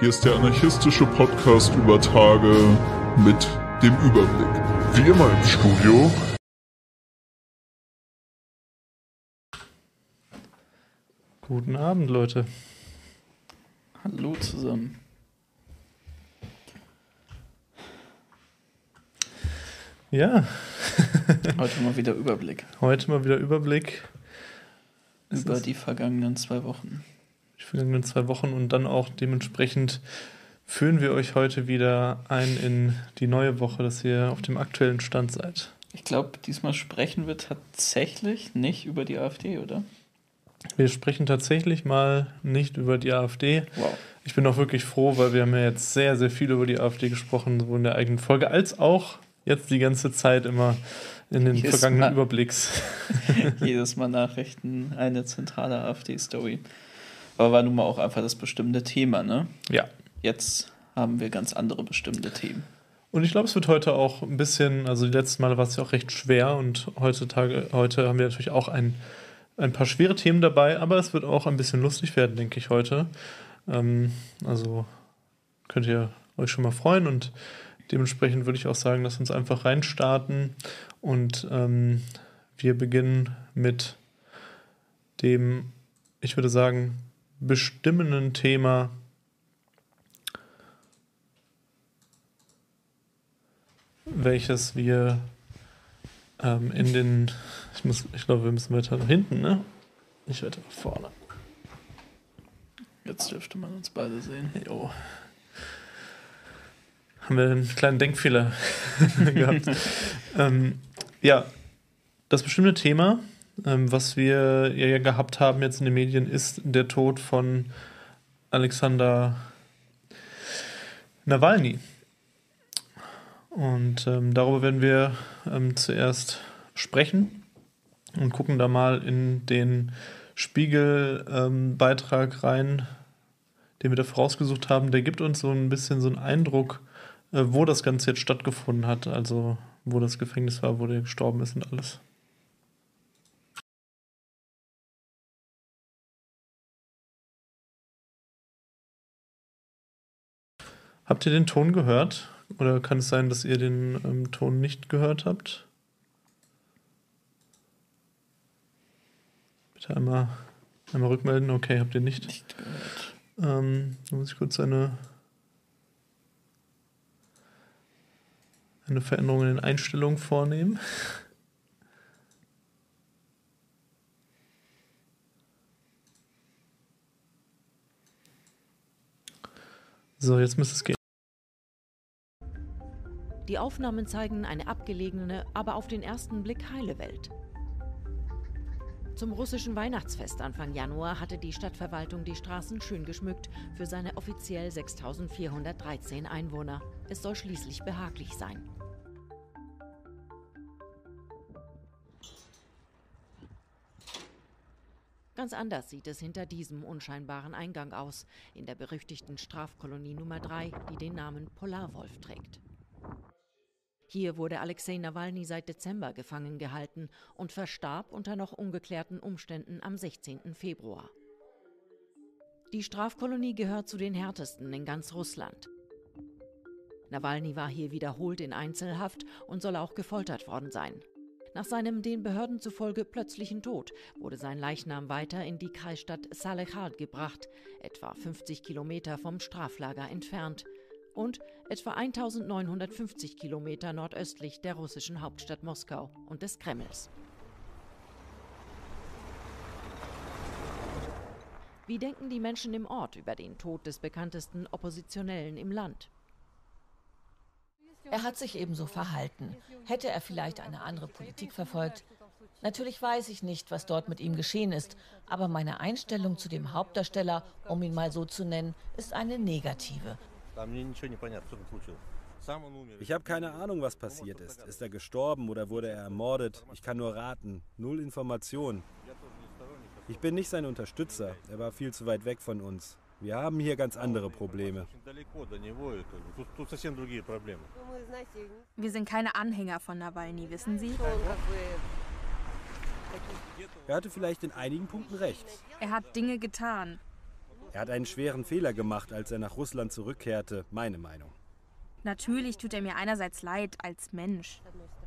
Hier ist der anarchistische Podcast über Tage mit dem Überblick. Wie immer im Studio. Guten Abend, Leute. Hallo zusammen. Ja. Heute mal wieder Überblick. Heute mal wieder Überblick. Über die vergangenen 2 Wochen. Die vergangenen 2 Wochen und dann auch dementsprechend führen wir euch heute wieder ein in die neue Woche, dass ihr auf dem aktuellen Stand seid. Ich glaube, diesmal sprechen wir tatsächlich nicht über die AfD, oder? Wir sprechen tatsächlich mal nicht über die AfD. Wow. Ich bin auch wirklich froh, weil wir haben ja jetzt sehr, sehr viel über die AfD gesprochen, sowohl in der eigenen Folge als auch jetzt die ganze Zeit immer in den vergangenen Überblicks. Jedes Mal Nachrichten, eine zentrale AfD-Story. Aber war nun mal auch einfach das bestimmte Thema, ne? Ja. Jetzt haben wir ganz andere bestimmte Themen. Und ich glaube, es wird heute auch ein bisschen, also die letzten Male war es ja auch recht schwer und heute haben wir natürlich auch ein paar schwere Themen dabei, aber es wird auch ein bisschen lustig werden, denke ich, heute. Also könnt ihr euch schon mal freuen und dementsprechend würde ich auch sagen, dass wir uns einfach reinstarten und wir beginnen mit dem, ich würde sagen, bestimmenden Thema welches wir ich glaube, wir müssen weiter nach hinten, ne? Nicht weiter nach vorne. Jetzt dürfte man uns beide sehen. Jo. Haben wir einen kleinen Denkfehler gehabt. Ja, das bestimmte Thema, was wir ja gehabt haben jetzt in den Medien, ist der Tod von Alexander Nawalny. Und darüber werden wir zuerst sprechen und gucken da mal in den Spiegel-Beitrag rein, den wir da vorausgesucht haben. Der gibt uns so ein bisschen so einen Eindruck, wo das Ganze jetzt stattgefunden hat, also wo das Gefängnis war, wo der gestorben ist und alles. Habt ihr den Ton gehört? Oder kann es sein, dass ihr den Ton nicht gehört habt? Bitte einmal rückmelden. Okay, habt ihr nicht. Nicht gehört. Da muss ich kurz eine Veränderung in den Einstellungen vornehmen. So, jetzt müsste es gehen. Die Aufnahmen zeigen eine abgelegene, aber auf den ersten Blick heile Welt. Zum russischen Weihnachtsfest Anfang Januar hatte die Stadtverwaltung die Straßen schön geschmückt für seine offiziell 6.413 Einwohner. Es soll schließlich behaglich sein. Ganz anders sieht es hinter diesem unscheinbaren Eingang aus, in der berüchtigten Strafkolonie Nummer 3, die den Namen Polarwolf trägt. Hier wurde Alexei Nawalny seit Dezember gefangen gehalten und verstarb unter noch ungeklärten Umständen am 16. Februar. Die Strafkolonie gehört zu den härtesten in ganz Russland. Nawalny war hier wiederholt in Einzelhaft und soll auch gefoltert worden sein. Nach seinem den Behörden zufolge plötzlichen Tod wurde sein Leichnam weiter in die Kreisstadt Salekhardt gebracht, etwa 50 Kilometer vom Straflager entfernt und etwa 1950 Kilometer nordöstlich der russischen Hauptstadt Moskau und des Kremls. Wie denken die Menschen im Ort über den Tod des bekanntesten Oppositionellen im Land? Er hat sich ebenso verhalten. Hätte er vielleicht eine andere Politik verfolgt? Natürlich weiß ich nicht, was dort mit ihm geschehen ist, aber meine Einstellung zu dem Hauptdarsteller, um ihn mal so zu nennen, ist eine negative. Ich habe keine Ahnung, was passiert ist. Ist er gestorben oder wurde er ermordet? Ich kann nur raten. Null Information. Ich bin nicht sein Unterstützer. Er war viel zu weit weg von uns. Wir haben hier ganz andere Probleme. Wir sind keine Anhänger von Nawalny, wissen Sie? Er hatte vielleicht in einigen Punkten recht. Er hat Dinge getan. Er hat einen schweren Fehler gemacht, als er nach Russland zurückkehrte, meine Meinung. Natürlich tut er mir einerseits leid als Mensch.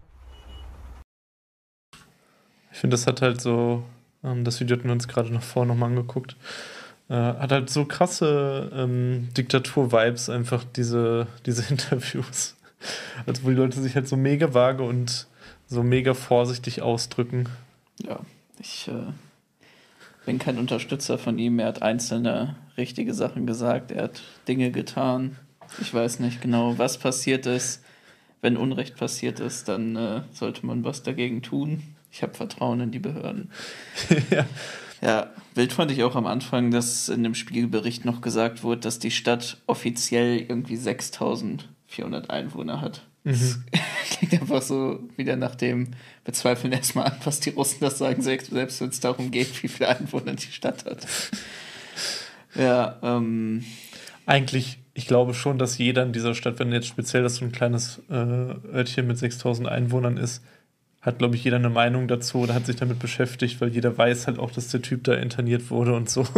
Ich finde, das hat halt so, das Video hatten wir uns gerade noch vorher nochmal angeguckt, hat halt so krasse Diktatur-Vibes, einfach diese Interviews. Also wo die Leute sich halt so mega vage und so mega vorsichtig ausdrücken. Ja, ich bin kein Unterstützer von ihm. Er hat einzelne richtige Sachen gesagt. Er hat Dinge getan. Ich weiß nicht genau, was passiert ist. Wenn Unrecht passiert ist, dann sollte man was dagegen tun. Ich habe Vertrauen in die Behörden. Ja, wild fand ich auch am Anfang, dass in dem Spiegelbericht noch gesagt wurde, dass die Stadt offiziell irgendwie 6.400 Einwohner hat. Das klingt einfach so wieder nach dem, wir zweifeln erstmal an, was die Russen das sagen, selbst wenn es darum geht, wie viele Einwohner die Stadt hat. Ja, Eigentlich, ich glaube schon, dass jeder in dieser Stadt, wenn jetzt speziell das so ein kleines Örtchen mit 6.000 Einwohnern ist, hat, glaube ich, jeder eine Meinung dazu oder hat sich damit beschäftigt, weil jeder weiß halt auch, dass der Typ da interniert wurde und so.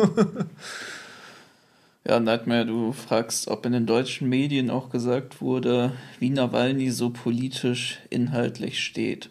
Ja, Nightmare, du fragst, ob in den deutschen Medien auch gesagt wurde, wie Nawalny so politisch inhaltlich steht.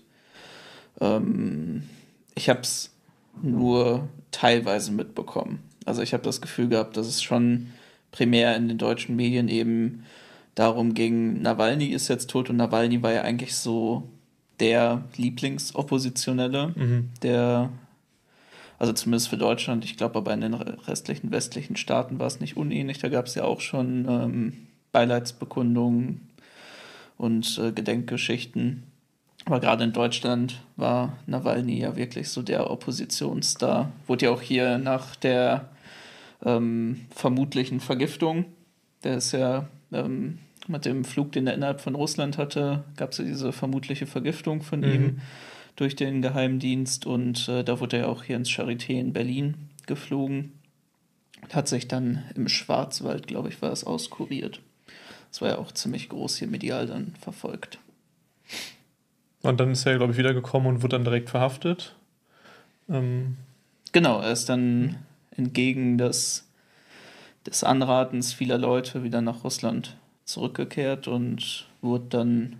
Ich habe es nur teilweise mitbekommen. Also ich habe das Gefühl gehabt, dass es schon primär in den deutschen Medien eben darum ging, Nawalny ist jetzt tot und Nawalny war ja eigentlich so der Lieblingsoppositionelle, der, also zumindest für Deutschland, ich glaube aber in den restlichen westlichen Staaten war es nicht unähnlich, da gab es ja auch schon Beileidsbekundungen und Gedenkgeschichten. Aber gerade in Deutschland war Nawalny ja wirklich so der Oppositionsstar. Wurde ja auch hier nach der vermutlichen Vergiftung, der ist ja mit dem Flug, den er innerhalb von Russland hatte, gab es ja diese vermutliche Vergiftung von ihm durch den Geheimdienst und da wurde er auch hier ins Charité in Berlin geflogen und hat sich dann im Schwarzwald, glaube ich, war es, auskuriert. Das war ja auch ziemlich groß hier medial dann verfolgt. Und dann ist er, glaube ich, wiedergekommen und wurde dann direkt verhaftet. Genau, er ist dann entgegen des Anratens vieler Leute wieder nach Russland zurückgekehrt und wurde dann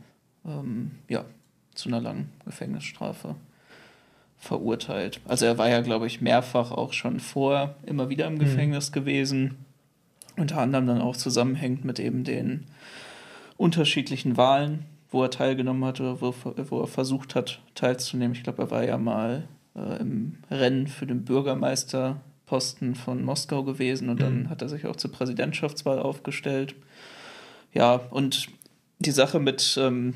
zu einer langen Gefängnisstrafe verurteilt. Also er war ja, glaube ich, mehrfach auch schon vorher immer wieder im Gefängnis gewesen. Unter anderem dann auch zusammenhängend mit eben den unterschiedlichen Wahlen, wo er teilgenommen hatte, wo er versucht hat teilzunehmen. Ich glaube, er war ja mal im Rennen für den Bürgermeisterposten von Moskau gewesen und dann hat er sich auch zur Präsidentschaftswahl aufgestellt. Ja, und die Sache mit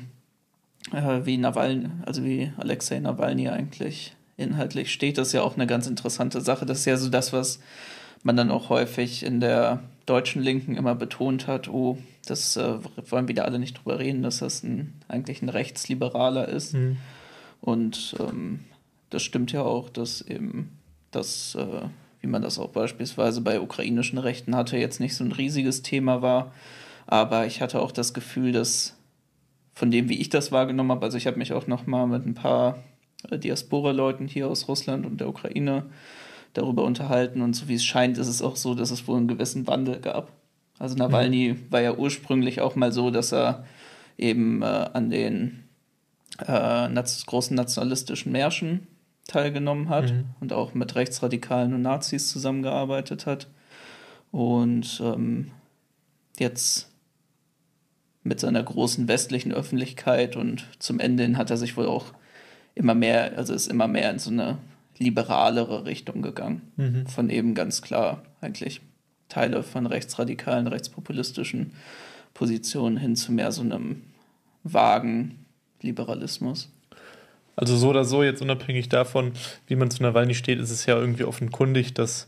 wie Alexei Nawalny eigentlich inhaltlich steht, das ist ja auch eine ganz interessante Sache. Das ist ja so das, was man dann auch häufig in der deutschen Linken immer betont hat, das wollen wieder alle nicht drüber reden, dass das eigentlich ein Rechtsliberaler ist. Und das stimmt ja auch, dass eben das, wie man das auch beispielsweise bei ukrainischen Rechten hatte, jetzt nicht so ein riesiges Thema war. Aber ich hatte auch das Gefühl, dass von dem, wie ich das wahrgenommen habe, also ich habe mich auch nochmal mit ein paar Diaspora-Leuten hier aus Russland und der Ukraine darüber unterhalten und so wie es scheint, ist es auch so, dass es wohl einen gewissen Wandel gab. Also Nawalny war ja ursprünglich auch mal so, dass er eben an den großen nationalistischen Märschen teilgenommen hat und auch mit Rechtsradikalen und Nazis zusammengearbeitet hat. Und jetzt mit seiner großen westlichen Öffentlichkeit und zum Ende hin hat er sich wohl auch ist immer mehr in so eine liberalere Richtung gegangen. Von eben ganz klar eigentlich Teile von rechtsradikalen, rechtspopulistischen Positionen hin zu mehr so einem vagen Liberalismus. Also so oder so, jetzt unabhängig davon, wie man zu Nawalny steht, ist es ja irgendwie offenkundig, dass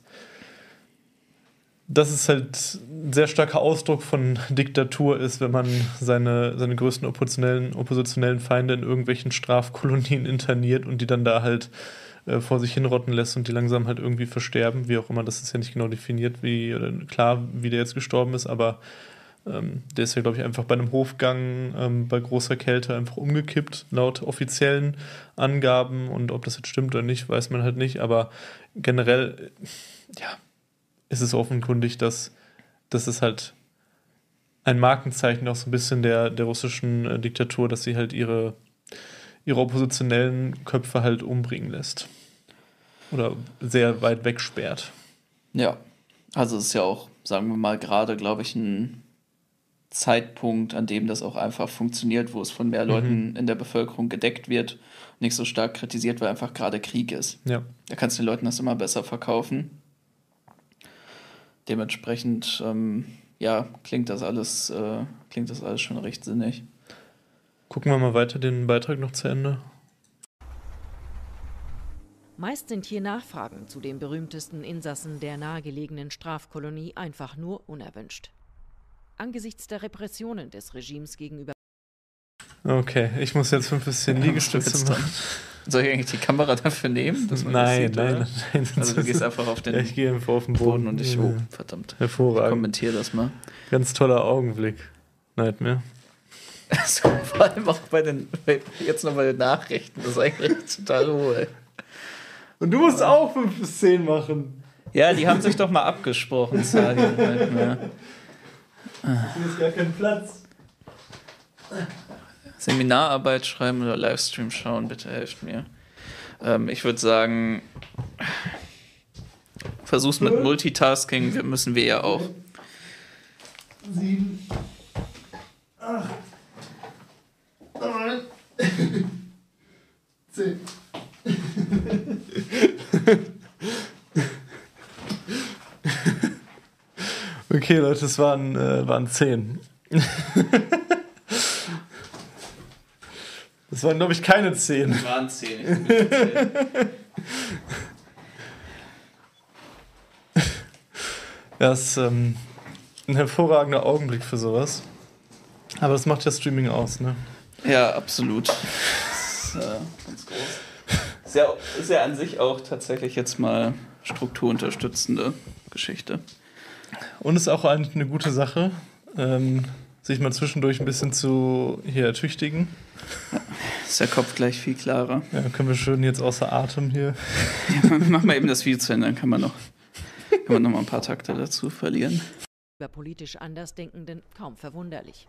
es halt ein sehr starker Ausdruck von Diktatur ist, wenn man seine größten oppositionellen Feinde in irgendwelchen Strafkolonien interniert und die dann da halt vor sich hinrotten lässt und die langsam halt irgendwie versterben, wie auch immer, das ist ja nicht genau definiert, wie der jetzt gestorben ist, aber der ist ja, glaube ich, einfach bei einem Hofgang bei großer Kälte einfach umgekippt, laut offiziellen Angaben, und ob das jetzt stimmt oder nicht, weiß man halt nicht, aber generell, ja, ist es offenkundig, dass es halt ein Markenzeichen auch so ein bisschen der russischen Diktatur, dass sie halt ihre oppositionellen Köpfe halt umbringen lässt. Oder sehr weit wegsperrt. Ja, also es ist ja auch, sagen wir mal, gerade, glaube ich, ein Zeitpunkt, an dem das auch einfach funktioniert, wo es von mehr Leuten in der Bevölkerung gedeckt wird, nicht so stark kritisiert, weil einfach gerade Krieg ist. Ja. Da kannst du den Leuten das immer besser verkaufen. Dementsprechend, klingt das alles schon recht sinnig. Gucken wir mal weiter den Beitrag noch zu Ende. Meist sind hier Nachfragen zu den berühmtesten Insassen der nahegelegenen Strafkolonie einfach nur unerwünscht. Angesichts der Repressionen des Regimes gegenüber... Okay, ich muss jetzt 5 bis 10 Liegestütze machen. Soll ich eigentlich die Kamera dafür nehmen? Nein. Also du gehst einfach auf den ich gehe einfach auf den Boden und ich, verdammt. Hervorragend. Ich kommentiere das mal. Ganz toller Augenblick. Nightmare. So, vor allem auch jetzt noch bei den Nachrichten. Das ist eigentlich total hohl. Und du musst auch 5 bis 10 machen. Ja, die haben sich doch mal abgesprochen, Sadi. Hier ist gar kein Platz. Seminararbeit schreiben oder Livestream schauen, bitte helft mir. Ich würde sagen, versuch's mit Multitasking, müssen wir ja auch. 7, 8, 9, 10. Okay, Leute, es waren 10. Das waren, glaube ich, keine 10. Es waren 10. Ich bin mit 10. Das ist ein hervorragender Augenblick für sowas. Aber das macht ja Streaming aus, ne? Ja, absolut. Das ist ganz groß. Ist ja an sich auch tatsächlich jetzt mal strukturunterstützende Geschichte. Und ist auch eigentlich eine gute Sache, sich mal zwischendurch ein bisschen zu hier ertüchtigen. Ist der Kopf gleich viel klarer. Ja, können wir schön jetzt außer Atem hier. Ja, mach mal eben das Video zu Ende, dann kann man noch mal ein paar Takte dazu verlieren. Über politisch Andersdenkenden kaum verwunderlich.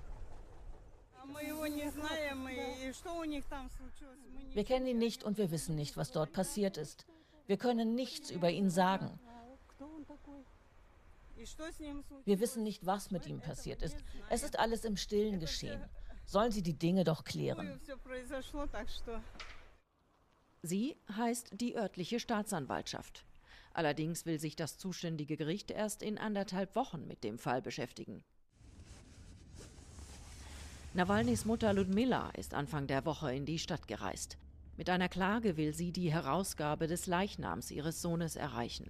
Wir kennen ihn nicht und wir wissen nicht, was dort passiert ist. Wir können nichts über ihn sagen. Wir wissen nicht, was mit ihm passiert ist. Es ist alles im Stillen geschehen. Sollen sie die Dinge doch klären. Sie heißt die örtliche Staatsanwaltschaft. Allerdings will sich das zuständige Gericht erst in 1,5 Wochen mit dem Fall beschäftigen. Nawalnys Mutter Ludmila ist Anfang der Woche in die Stadt gereist. Mit einer Klage will sie die Herausgabe des Leichnams ihres Sohnes erreichen.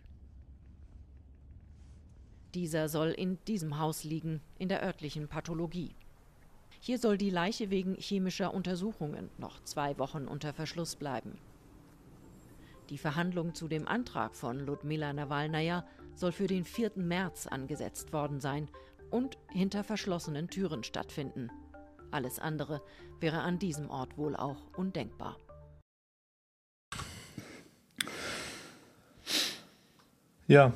Dieser soll in diesem Haus liegen, in der örtlichen Pathologie. Hier soll die Leiche wegen chemischer Untersuchungen noch 2 Wochen unter Verschluss bleiben. Die Verhandlung zu dem Antrag von Ludmila Nawalnaja soll für den 4. März angesetzt worden sein und hinter verschlossenen Türen stattfinden. Alles andere wäre an diesem Ort wohl auch undenkbar. Ja,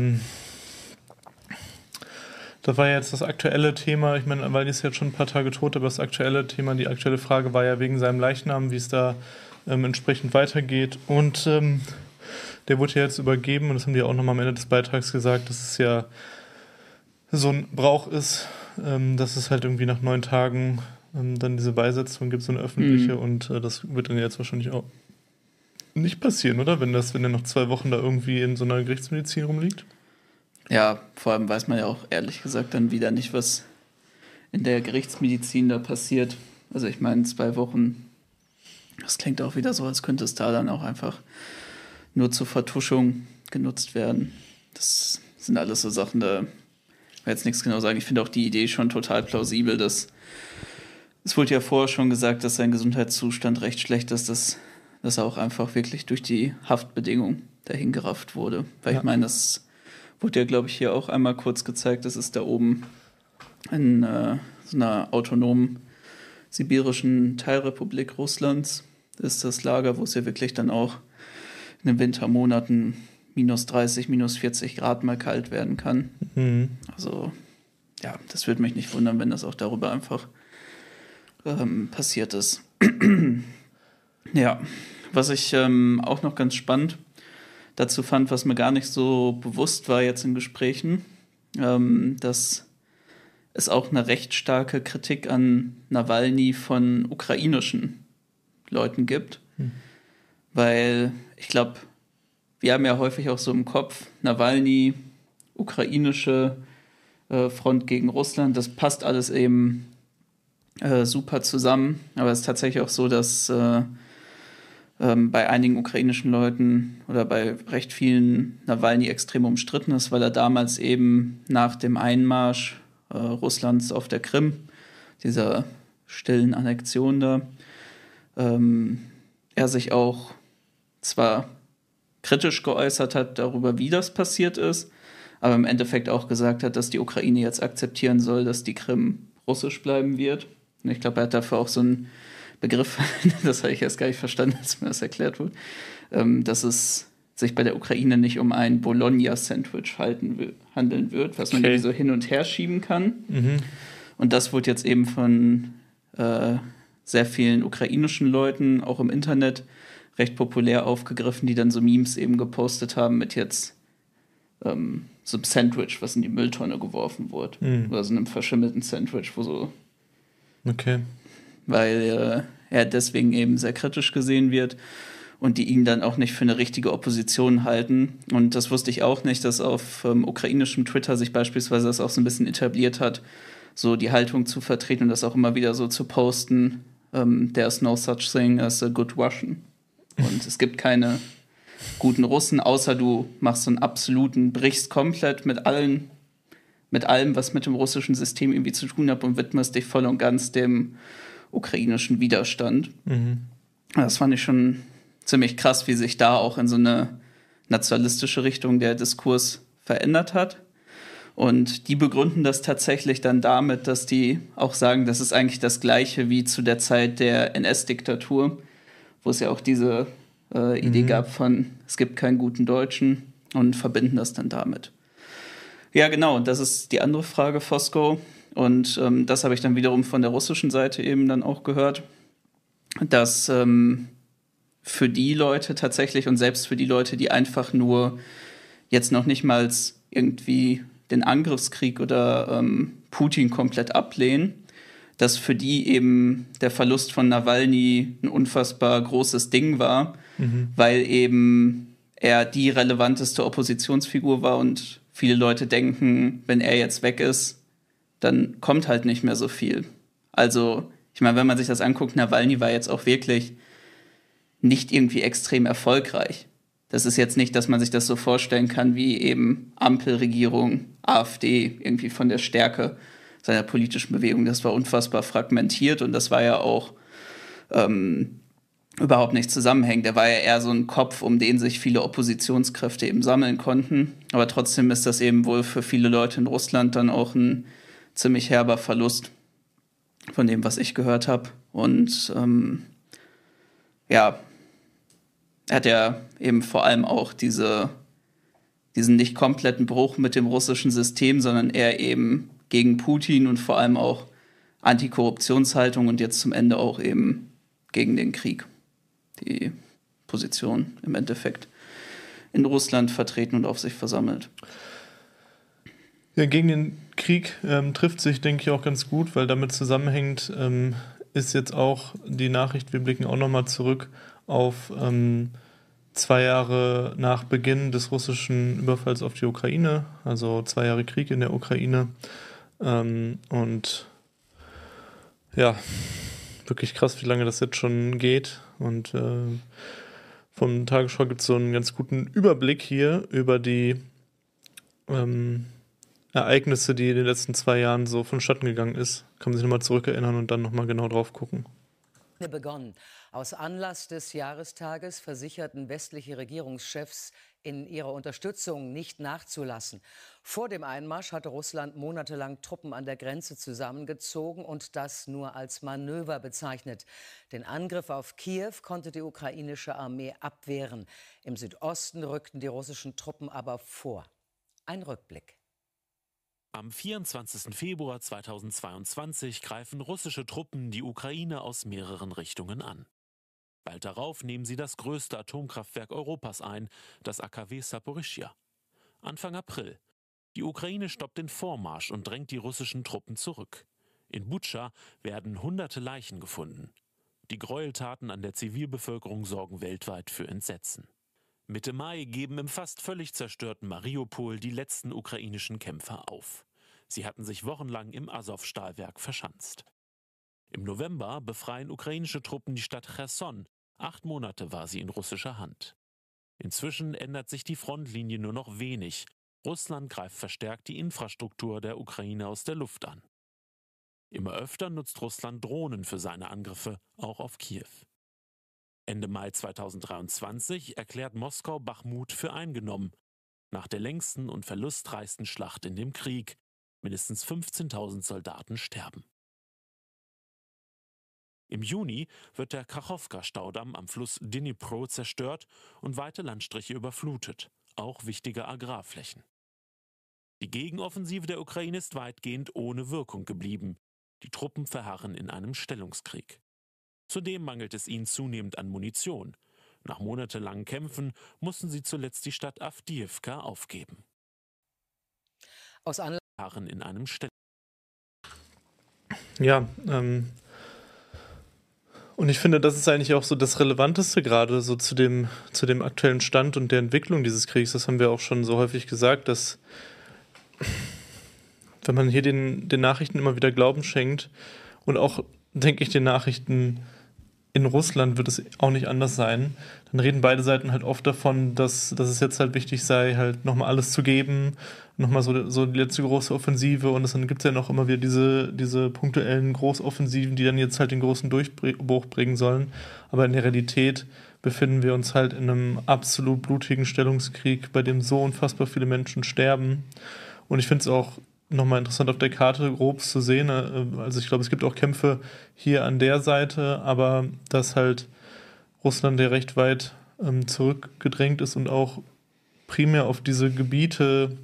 das war ja jetzt das aktuelle Thema. Ich meine, weil die ist jetzt schon ein paar Tage tot, aber das aktuelle Thema, die aktuelle Frage war ja wegen seinem Leichnam, wie es da entsprechend weitergeht. Und der wurde ja jetzt übergeben, und das haben die auch nochmal am Ende des Beitrags gesagt, dass es ja so ein Brauch ist, dass es halt irgendwie nach 9 Tagen dann diese Beisetzung gibt, so eine öffentliche, und das wird dann jetzt wahrscheinlich auch nicht passieren, oder? Wenn der noch 2 Wochen da irgendwie in so einer Gerichtsmedizin rumliegt? Ja, vor allem weiß man ja auch ehrlich gesagt dann wieder nicht, was in der Gerichtsmedizin da passiert. Also ich meine, 2 Wochen, das klingt auch wieder so, als könnte es da dann auch einfach nur zur Vertuschung genutzt werden. Das sind alles so Sachen, da will ich jetzt nichts genau sagen. Ich finde auch die Idee schon total plausibel, dass es wurde ja vorher schon gesagt, dass sein Gesundheitszustand recht schlecht ist, dass er auch einfach wirklich durch die Haftbedingungen dahin gerafft wurde. Weil ja. Ich meine, das wurde ja, glaube ich, hier auch einmal kurz gezeigt, das ist da oben in so einer autonomen sibirischen Teilrepublik Russlands, ist das Lager, wo es ja wirklich dann auch in den Wintermonaten minus 30, minus 40 Grad mal kalt werden kann. Also ja, das würde mich nicht wundern, wenn das auch darüber einfach passiert ist. Ja, was ich auch noch ganz spannend dazu fand, was mir gar nicht so bewusst war jetzt in Gesprächen, dass es auch eine recht starke Kritik an Nawalny von ukrainischen Leuten gibt. Weil ich glaube, wir haben ja häufig auch so im Kopf, Nawalny, ukrainische Front gegen Russland, das passt alles eben super zusammen. Aber es ist tatsächlich auch so, dass bei einigen ukrainischen Leuten oder bei recht vielen Nawalny extrem umstritten ist, weil er damals eben nach dem Einmarsch Russlands auf der Krim, dieser stillen Annexion da, er sich auch zwar kritisch geäußert hat darüber, wie das passiert ist, aber im Endeffekt auch gesagt hat, dass die Ukraine jetzt akzeptieren soll, dass die Krim russisch bleiben wird. Und ich glaube, er hat dafür auch so einen Begriff, das habe ich erst gar nicht verstanden, als mir das erklärt wurde, dass es sich bei der Ukraine nicht um ein Bologna-Sandwich handeln wird, was man irgendwie so hin und her schieben kann. Und das wurde jetzt eben von sehr vielen ukrainischen Leuten, auch im Internet, recht populär aufgegriffen, die dann so Memes eben gepostet haben mit jetzt so einem Sandwich, was in die Mülltonne geworfen wurde. Oder so einem verschimmelten Sandwich, wo so... Okay. Weil er deswegen eben sehr kritisch gesehen wird und die ihn dann auch nicht für eine richtige Opposition halten. Und das wusste ich auch nicht, dass auf ukrainischem Twitter sich beispielsweise das auch so ein bisschen etabliert hat, so die Haltung zu vertreten und das auch immer wieder so zu posten, there's no such thing as a good Russian. Und es gibt keine guten Russen, außer du machst so einen absoluten, brichst komplett mit allem, was mit dem russischen System irgendwie zu tun hat und widmest dich voll und ganz dem ukrainischen Widerstand. Das fand ich schon ziemlich krass, wie sich da auch in so eine nationalistische Richtung der Diskurs verändert hat. Und die begründen das tatsächlich dann damit, dass die auch sagen, das ist eigentlich das Gleiche wie zu der Zeit der NS-Diktatur, wo es ja auch diese Idee gab von, es gibt keinen guten Deutschen und verbinden das dann damit. Ja, genau, das ist die andere Frage, Fosco. Und das habe ich dann wiederum von der russischen Seite eben dann auch gehört, dass für die Leute tatsächlich und selbst für die Leute, die einfach nur jetzt noch nicht mal irgendwie den Angriffskrieg oder Putin komplett ablehnen, dass für die eben der Verlust von Nawalny ein unfassbar großes Ding war, weil eben er die relevanteste Oppositionsfigur war und viele Leute denken, wenn er jetzt weg ist, dann kommt halt nicht mehr so viel. Also, ich meine, wenn man sich das anguckt, Nawalny war jetzt auch wirklich nicht irgendwie extrem erfolgreich. Das ist jetzt nicht, dass man sich das so vorstellen kann, wie eben Ampelregierung, AfD, irgendwie von der Stärke seiner politischen Bewegung. Das war unfassbar fragmentiert und das war ja auch überhaupt nicht zusammenhängend. Der war ja eher so ein Kopf, um den sich viele Oppositionskräfte eben sammeln konnten. Aber trotzdem ist das eben wohl für viele Leute in Russland dann auch ein ziemlich herber Verlust von dem, was ich gehört habe. Und ja, er hat ja eben vor allem auch diesen nicht kompletten Bruch mit dem russischen System, sondern eher eben gegen Putin und vor allem auch Antikorruptionshaltung und jetzt zum Ende auch eben gegen den Krieg. Die Position im Endeffekt in Russland vertreten und auf sich versammelt. Ja, gegen den Krieg trifft sich, denke ich, auch ganz gut, weil damit zusammenhängt ist jetzt auch die Nachricht, wir blicken auch nochmal zurück auf 2 Jahre nach Beginn des russischen Überfalls auf die Ukraine, also 2 Jahre Krieg in der Ukraine. Und ja, wirklich krass, wie lange das jetzt schon geht. Und vom Tagesschau gibt es so einen ganz guten Überblick hier über die Ereignisse, die in den letzten 2 Jahren so vonstatten gegangen ist. Kann man sich nochmal zurückerinnern und dann nochmal genau drauf gucken. Begonnen. Aus Anlass des Jahrestages versicherten westliche Regierungschefs in ihrer Unterstützung nicht nachzulassen. Vor dem Einmarsch hatte Russland monatelang Truppen an der Grenze zusammengezogen und das nur als Manöver bezeichnet. Den Angriff auf Kiew konnte die ukrainische Armee abwehren. Im Südosten rückten die russischen Truppen aber vor. Ein Rückblick. Am 24. Februar 2022 greifen russische Truppen die Ukraine aus mehreren Richtungen an. Bald darauf nehmen sie das größte Atomkraftwerk Europas ein, das AKW Saporischschja. Anfang April. Die Ukraine stoppt den Vormarsch und drängt die russischen Truppen zurück. In Butscha werden hunderte Leichen gefunden. Die Gräueltaten an der Zivilbevölkerung sorgen weltweit für Entsetzen. Mitte Mai geben im fast völlig zerstörten Mariupol die letzten ukrainischen Kämpfer auf. Sie hatten sich wochenlang im Asow-Stahlwerk verschanzt. Im November befreien ukrainische Truppen die Stadt Cherson. 8 Monate war sie in russischer Hand. Inzwischen ändert sich die Frontlinie nur noch wenig. Russland greift verstärkt die Infrastruktur der Ukraine aus der Luft an. Immer öfter nutzt Russland Drohnen für seine Angriffe, auch auf Kiew. Ende Mai 2023 erklärt Moskau Bachmut für eingenommen. Nach der längsten und verlustreichsten Schlacht in dem Krieg. Mindestens 15.000 Soldaten sterben. Im Juni wird der Kachowka-Staudamm am Fluss Dnipro zerstört und weite Landstriche überflutet, auch wichtige Agrarflächen. Die Gegenoffensive der Ukraine ist weitgehend ohne Wirkung geblieben. Die Truppen verharren in einem Stellungskrieg. Zudem mangelt es ihnen zunehmend an Munition. Nach monatelangen Kämpfen mussten sie zuletzt die Stadt Awdijiwka aufgeben. Aus Verharren in einem Ja, und ich finde, das ist eigentlich auch so das Relevanteste gerade so zu dem aktuellen Stand und der Entwicklung dieses Kriegs. Das haben wir auch schon so häufig gesagt, dass wenn man hier den Nachrichten immer wieder Glauben schenkt und auch, denke ich, den Nachrichten in Russland wird es auch nicht anders sein, dann reden beide Seiten halt oft davon, dass es jetzt halt wichtig sei, halt nochmal alles zu geben, nochmal so die letzte große Offensive und dann gibt es ja noch immer wieder diese punktuellen Großoffensiven, die dann jetzt halt den großen Durchbruch bringen sollen. Aber in der Realität befinden wir uns halt in einem absolut blutigen Stellungskrieg, bei dem so unfassbar viele Menschen sterben. Und ich finde es auch nochmal interessant auf der Karte grob zu sehen. Also ich glaube, es gibt auch Kämpfe hier an der Seite, aber dass halt Russland ja recht weit zurückgedrängt ist und auch primär auf diese Gebiete,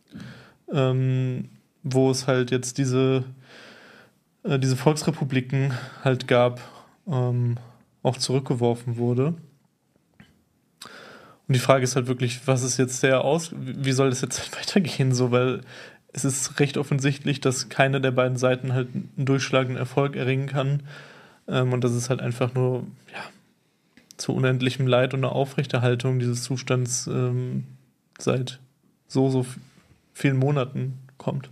wo es halt jetzt diese Volksrepubliken halt gab, auch zurückgeworfen wurde. Und die Frage ist halt wirklich, was ist jetzt wie soll das jetzt halt weitergehen, so, weil es ist recht offensichtlich, dass keine der beiden Seiten halt einen durchschlagenden Erfolg erringen kann. Und das ist halt einfach nur zu unendlichem Leid und einer Aufrechterhaltung dieses Zustands seit so vielen Monaten kommt.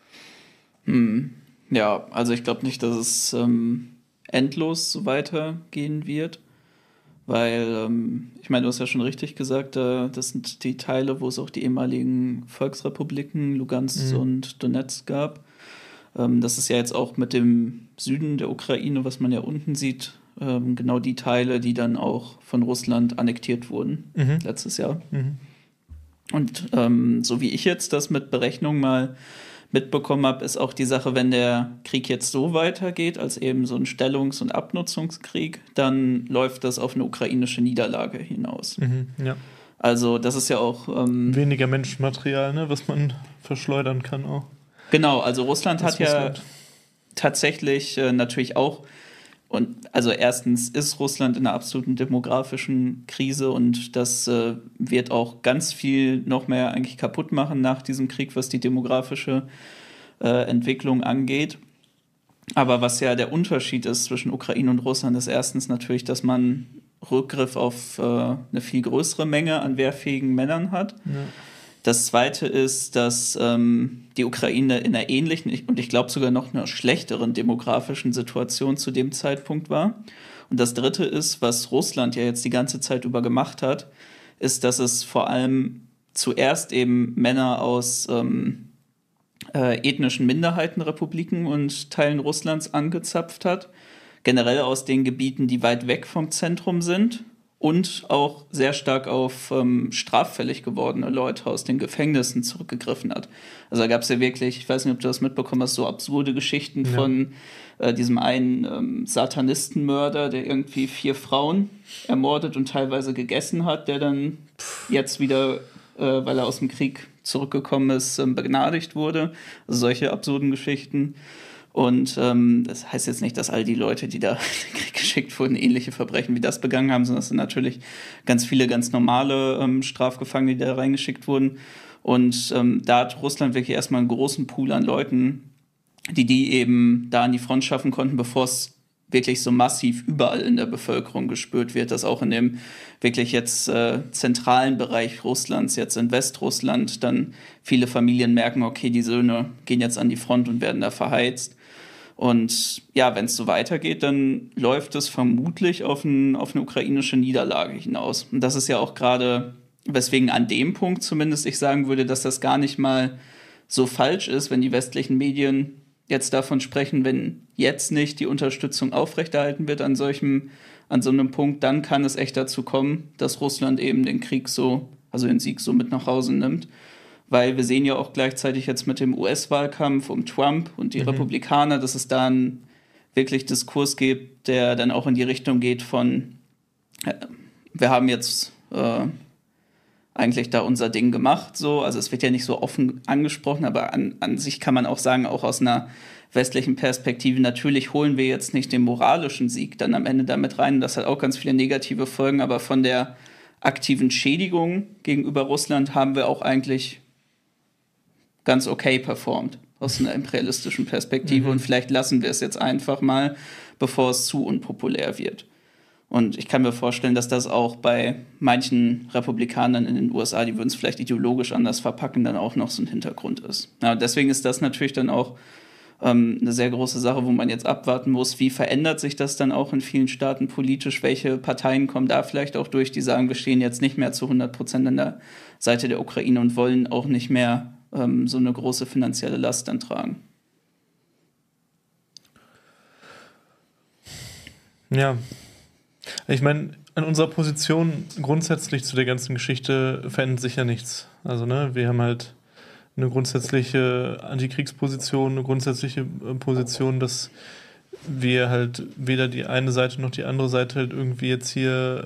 Ja, also ich glaube nicht, dass es endlos so weitergehen wird. Weil, ich meine, du hast ja schon richtig gesagt, das sind die Teile, wo es auch die ehemaligen Volksrepubliken Lugansk und Donetsk gab. Das ist ja jetzt auch mit dem Süden der Ukraine, was man ja unten sieht, genau die Teile, die dann auch von Russland annektiert wurden letztes Jahr. Und so wie ich jetzt das mit Berechnung mal mitbekommen habe, ist auch die Sache, wenn der Krieg jetzt so weitergeht, als eben so ein Stellungs- und Abnutzungskrieg, dann läuft das auf eine ukrainische Niederlage hinaus. Ja. Also das ist ja auch weniger Menschenmaterial, ne, was man verschleudern kann auch. Genau, also Russland hat ja tatsächlich natürlich auch, und also erstens ist Russland in einer absoluten demografischen Krise und das wird auch ganz viel noch mehr eigentlich kaputt machen nach diesem Krieg, was die demografische Entwicklung angeht. Aber was ja der Unterschied ist zwischen Ukraine und Russland, ist erstens natürlich, dass man Rückgriff auf eine viel größere Menge an wehrfähigen Männern hat. Ja. Das Zweite ist, dass die Ukraine in einer ähnlichen und ich glaube sogar noch einer schlechteren demografischen Situation zu dem Zeitpunkt war. Und das Dritte ist, was Russland ja jetzt die ganze Zeit über gemacht hat, ist, dass es vor allem zuerst eben Männer aus ethnischen Minderheitenrepubliken und Teilen Russlands angezapft hat, generell aus den Gebieten, die weit weg vom Zentrum sind. und auch sehr stark auf straffällig gewordene Leute aus den Gefängnissen zurückgegriffen hat. Also da gab es ja wirklich, ich weiß nicht, ob du das mitbekommen hast, so absurde Geschichten von diesem einen Satanistenmörder, der irgendwie 4 Frauen ermordet und teilweise gegessen hat, der dann jetzt wieder, weil er aus dem Krieg zurückgekommen ist, begnadigt wurde. Also solche absurden Geschichten. Und das heißt jetzt nicht, dass all die Leute, die da in den Krieg geschickt wurden, ähnliche Verbrechen wie das begangen haben, sondern es sind natürlich ganz viele ganz normale Strafgefangene, die da reingeschickt wurden. Und da hat Russland wirklich erstmal einen großen Pool an Leuten, die eben da an die Front schaffen konnten, bevor es wirklich so massiv überall in der Bevölkerung gespürt wird, dass auch in dem wirklich jetzt zentralen Bereich Russlands, jetzt in Westrussland, dann viele Familien merken, okay, die Söhne gehen jetzt an die Front und werden da verheizt. Und ja, wenn es so weitergeht, dann läuft es vermutlich auf eine ukrainische Niederlage hinaus. Und das ist ja auch gerade, weswegen an dem Punkt zumindest ich sagen würde, dass das gar nicht mal so falsch ist, wenn die westlichen Medien jetzt davon sprechen, wenn jetzt nicht die Unterstützung aufrechterhalten wird an so einem Punkt, dann kann es echt dazu kommen, dass Russland eben den Sieg so mit nach Hause nimmt. Weil wir sehen ja auch gleichzeitig jetzt mit dem US-Wahlkampf um Trump und die Republikaner, dass es da einen wirklich Diskurs gibt, der dann auch in die Richtung geht von, wir haben jetzt eigentlich da unser Ding gemacht, so. Also es wird ja nicht so offen angesprochen, aber an sich kann man auch sagen, auch aus einer westlichen Perspektive, natürlich holen wir jetzt nicht den moralischen Sieg dann am Ende damit rein. Das hat auch ganz viele negative Folgen, aber von der aktiven Schädigung gegenüber Russland haben wir auch eigentlich ganz okay performt aus einer imperialistischen Perspektive. Und vielleicht lassen wir es jetzt einfach mal, bevor es zu unpopulär wird. Und ich kann mir vorstellen, dass das auch bei manchen Republikanern in den USA, die würden es vielleicht ideologisch anders verpacken, dann auch noch so ein Hintergrund ist. Ja, deswegen ist das natürlich dann auch eine sehr große Sache, wo man jetzt abwarten muss, wie verändert sich das dann auch in vielen Staaten politisch, welche Parteien kommen da vielleicht auch durch, die sagen, wir stehen jetzt nicht mehr zu 100% an der Seite der Ukraine und wollen auch nicht mehr so eine große finanzielle Last dann tragen. Ja, ich meine, an unserer Position grundsätzlich zu der ganzen Geschichte verändert sich ja nichts. Also, wir haben halt eine grundsätzliche Antikriegsposition, eine grundsätzliche Position, dass wir halt weder die eine Seite noch die andere Seite halt irgendwie jetzt hier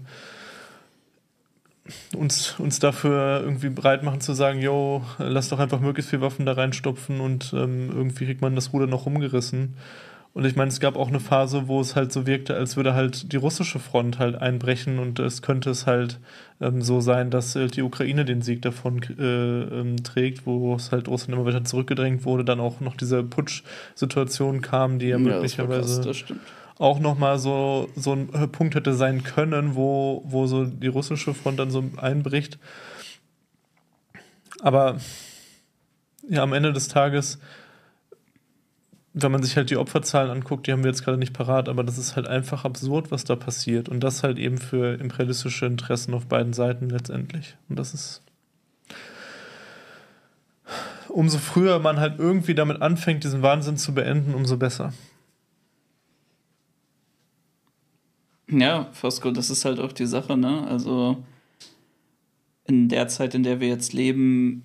uns dafür irgendwie bereit machen zu sagen, jo, lass doch einfach möglichst viel Waffen da reinstopfen und irgendwie kriegt man das Ruder noch rumgerissen. Und ich meine, es gab auch eine Phase, wo es halt so wirkte, als würde halt die russische Front halt einbrechen und es könnte es halt so sein, dass die Ukraine den Sieg davon trägt, wo es halt Russland immer weiter zurückgedrängt wurde, dann auch noch diese Putsch-Situation kam, die ja möglicherweise auch nochmal so ein Punkt hätte sein können, wo so die russische Front dann so einbricht. Aber ja, am Ende des Tages, wenn man sich halt die Opferzahlen anguckt, die haben wir jetzt gerade nicht parat, aber das ist halt einfach absurd, was da passiert. Und das halt eben für imperialistische Interessen auf beiden Seiten letztendlich. Und das ist, umso früher man halt irgendwie damit anfängt, diesen Wahnsinn zu beenden, umso besser. Ja, Fosco, das ist halt auch die Sache, ne? Also in der Zeit, in der wir jetzt leben,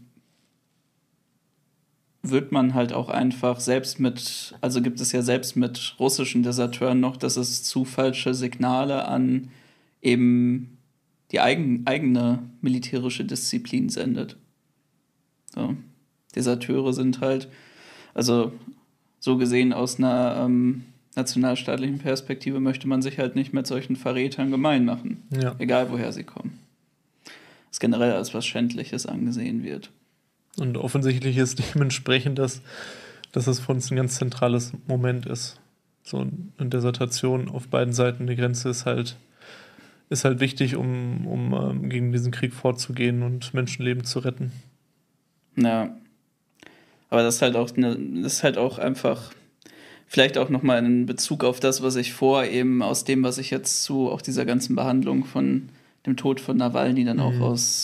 wird man halt auch einfach gibt es ja selbst mit russischen Deserteuren noch, dass es zu falsche Signale an eben die eigene militärische Disziplin sendet. So. Deserteure sind halt, also so gesehen aus einer nationalstaatlichen Perspektive möchte man sich halt nicht mit solchen Verrätern gemein machen. Ja. Egal, woher sie kommen. Das generell als was Schändliches angesehen wird. Und offensichtlich ist dementsprechend, dass das für uns ein ganz zentrales Moment ist. So eine Desertation auf beiden Seiten der Grenze ist halt wichtig, um gegen diesen Krieg vorzugehen und Menschenleben zu retten. Ja. Aber das ist halt auch einfach, vielleicht auch nochmal in Bezug auf das, was ich eben aus dem, was ich jetzt zu auch dieser ganzen Behandlung von dem Tod von Nawalny dann auch aus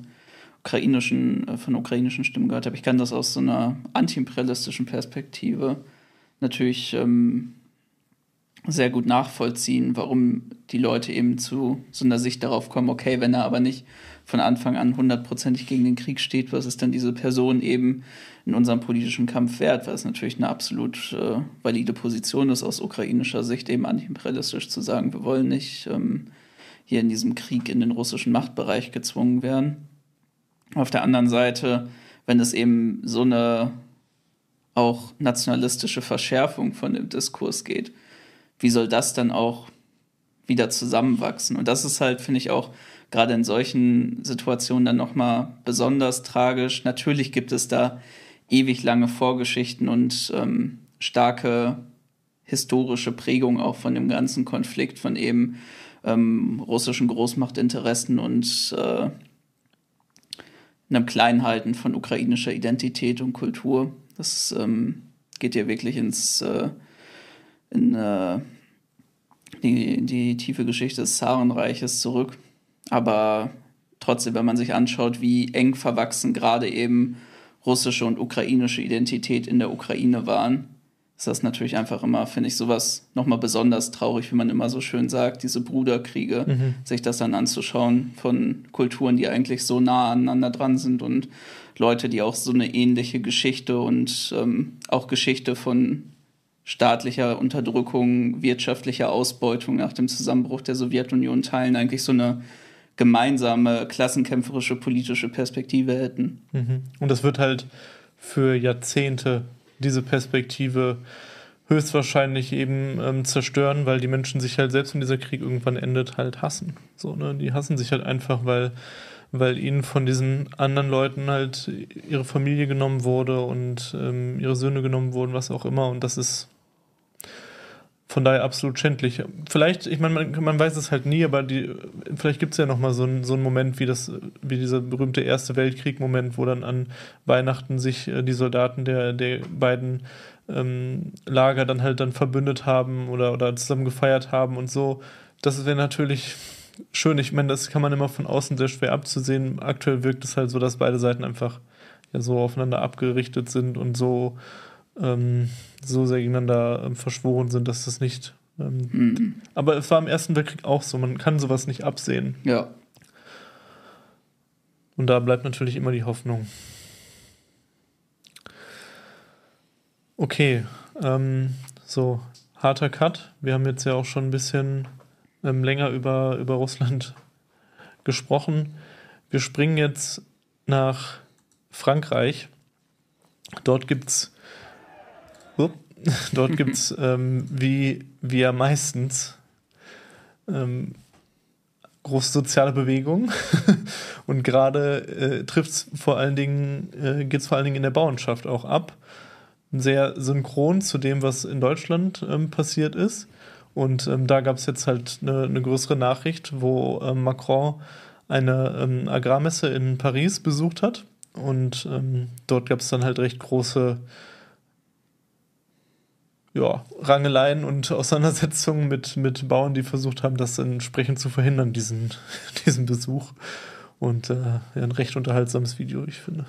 von ukrainischen Stimmen gehört habe. Ich kann das aus so einer antiimperialistischen Perspektive natürlich sehr gut nachvollziehen, warum die Leute eben zu so einer Sicht darauf kommen, okay, wenn er aber nicht von Anfang an 100%ig gegen den Krieg steht, was ist dann diese Person eben in unserem politischen Kampf wert, weil es natürlich eine absolut valide Position ist, aus ukrainischer Sicht eben antiimperialistisch zu sagen, wir wollen nicht hier in diesem Krieg in den russischen Machtbereich gezwungen werden. Auf der anderen Seite, wenn es eben so eine auch nationalistische Verschärfung von dem Diskurs geht, wie soll das dann auch wieder zusammenwachsen? Und das ist halt, finde ich, auch gerade in solchen Situationen dann nochmal besonders tragisch. Natürlich gibt es da ewig lange Vorgeschichten und starke historische Prägung auch von dem ganzen Konflikt, von eben russischen Großmachtinteressen und einem Kleinhalten von ukrainischer Identität und Kultur. Das geht ja wirklich in die tiefe Geschichte des Zarenreiches zurück. Aber trotzdem, wenn man sich anschaut, wie eng verwachsen gerade eben russische und ukrainische Identität in der Ukraine waren, ist das natürlich einfach immer, finde ich, sowas nochmal besonders traurig, wie man immer so schön sagt, diese Bruderkriege, sich das dann anzuschauen von Kulturen, die eigentlich so nah aneinander dran sind und Leute, die auch so eine ähnliche Geschichte und auch Geschichte von staatlicher Unterdrückung, wirtschaftlicher Ausbeutung nach dem Zusammenbruch der Sowjetunion teilen, eigentlich so eine gemeinsame, klassenkämpferische politische Perspektive hätten. Und das wird halt für Jahrzehnte diese Perspektive höchstwahrscheinlich eben zerstören, weil die Menschen sich halt, selbst wenn dieser Krieg irgendwann endet, halt hassen. So, ne? Die hassen sich halt einfach, weil ihnen von diesen anderen Leuten halt ihre Familie genommen wurde und ihre Söhne genommen wurden, was auch immer. Und das ist von daher absolut schändlich. Vielleicht, ich meine, man weiß es halt nie, aber vielleicht gibt es ja nochmal so einen Moment wie dieser berühmte Erste Weltkrieg-Moment, wo dann an Weihnachten sich die Soldaten der beiden Lager dann halt verbündet haben oder zusammen gefeiert haben und so. Das wäre natürlich schön. Ich meine, das kann man immer von außen sehr schwer abzusehen. Aktuell wirkt es halt so, dass beide Seiten einfach ja so aufeinander abgerichtet sind und so sehr gegeneinander verschworen sind, dass das nicht... Aber es war im Ersten Weltkrieg auch so. Man kann sowas nicht absehen. Ja. Und da bleibt natürlich immer die Hoffnung. Okay, so, harter Cut. Wir haben jetzt ja auch schon ein bisschen länger über Russland gesprochen. Wir springen jetzt nach Frankreich. Dort gibt's wie ja meistens große soziale Bewegungen und gerade geht es vor allen Dingen in der Bauernschaft auch ab. Sehr synchron zu dem, was in Deutschland passiert ist. Und da gab es jetzt halt eine größere Nachricht, wo Macron eine Agrarmesse in Paris besucht hat. Und dort gab es dann halt recht große Rangeleien und Auseinandersetzungen mit Bauern, die versucht haben, das entsprechend zu verhindern, diesen Besuch. Und ein recht unterhaltsames Video, ich finde.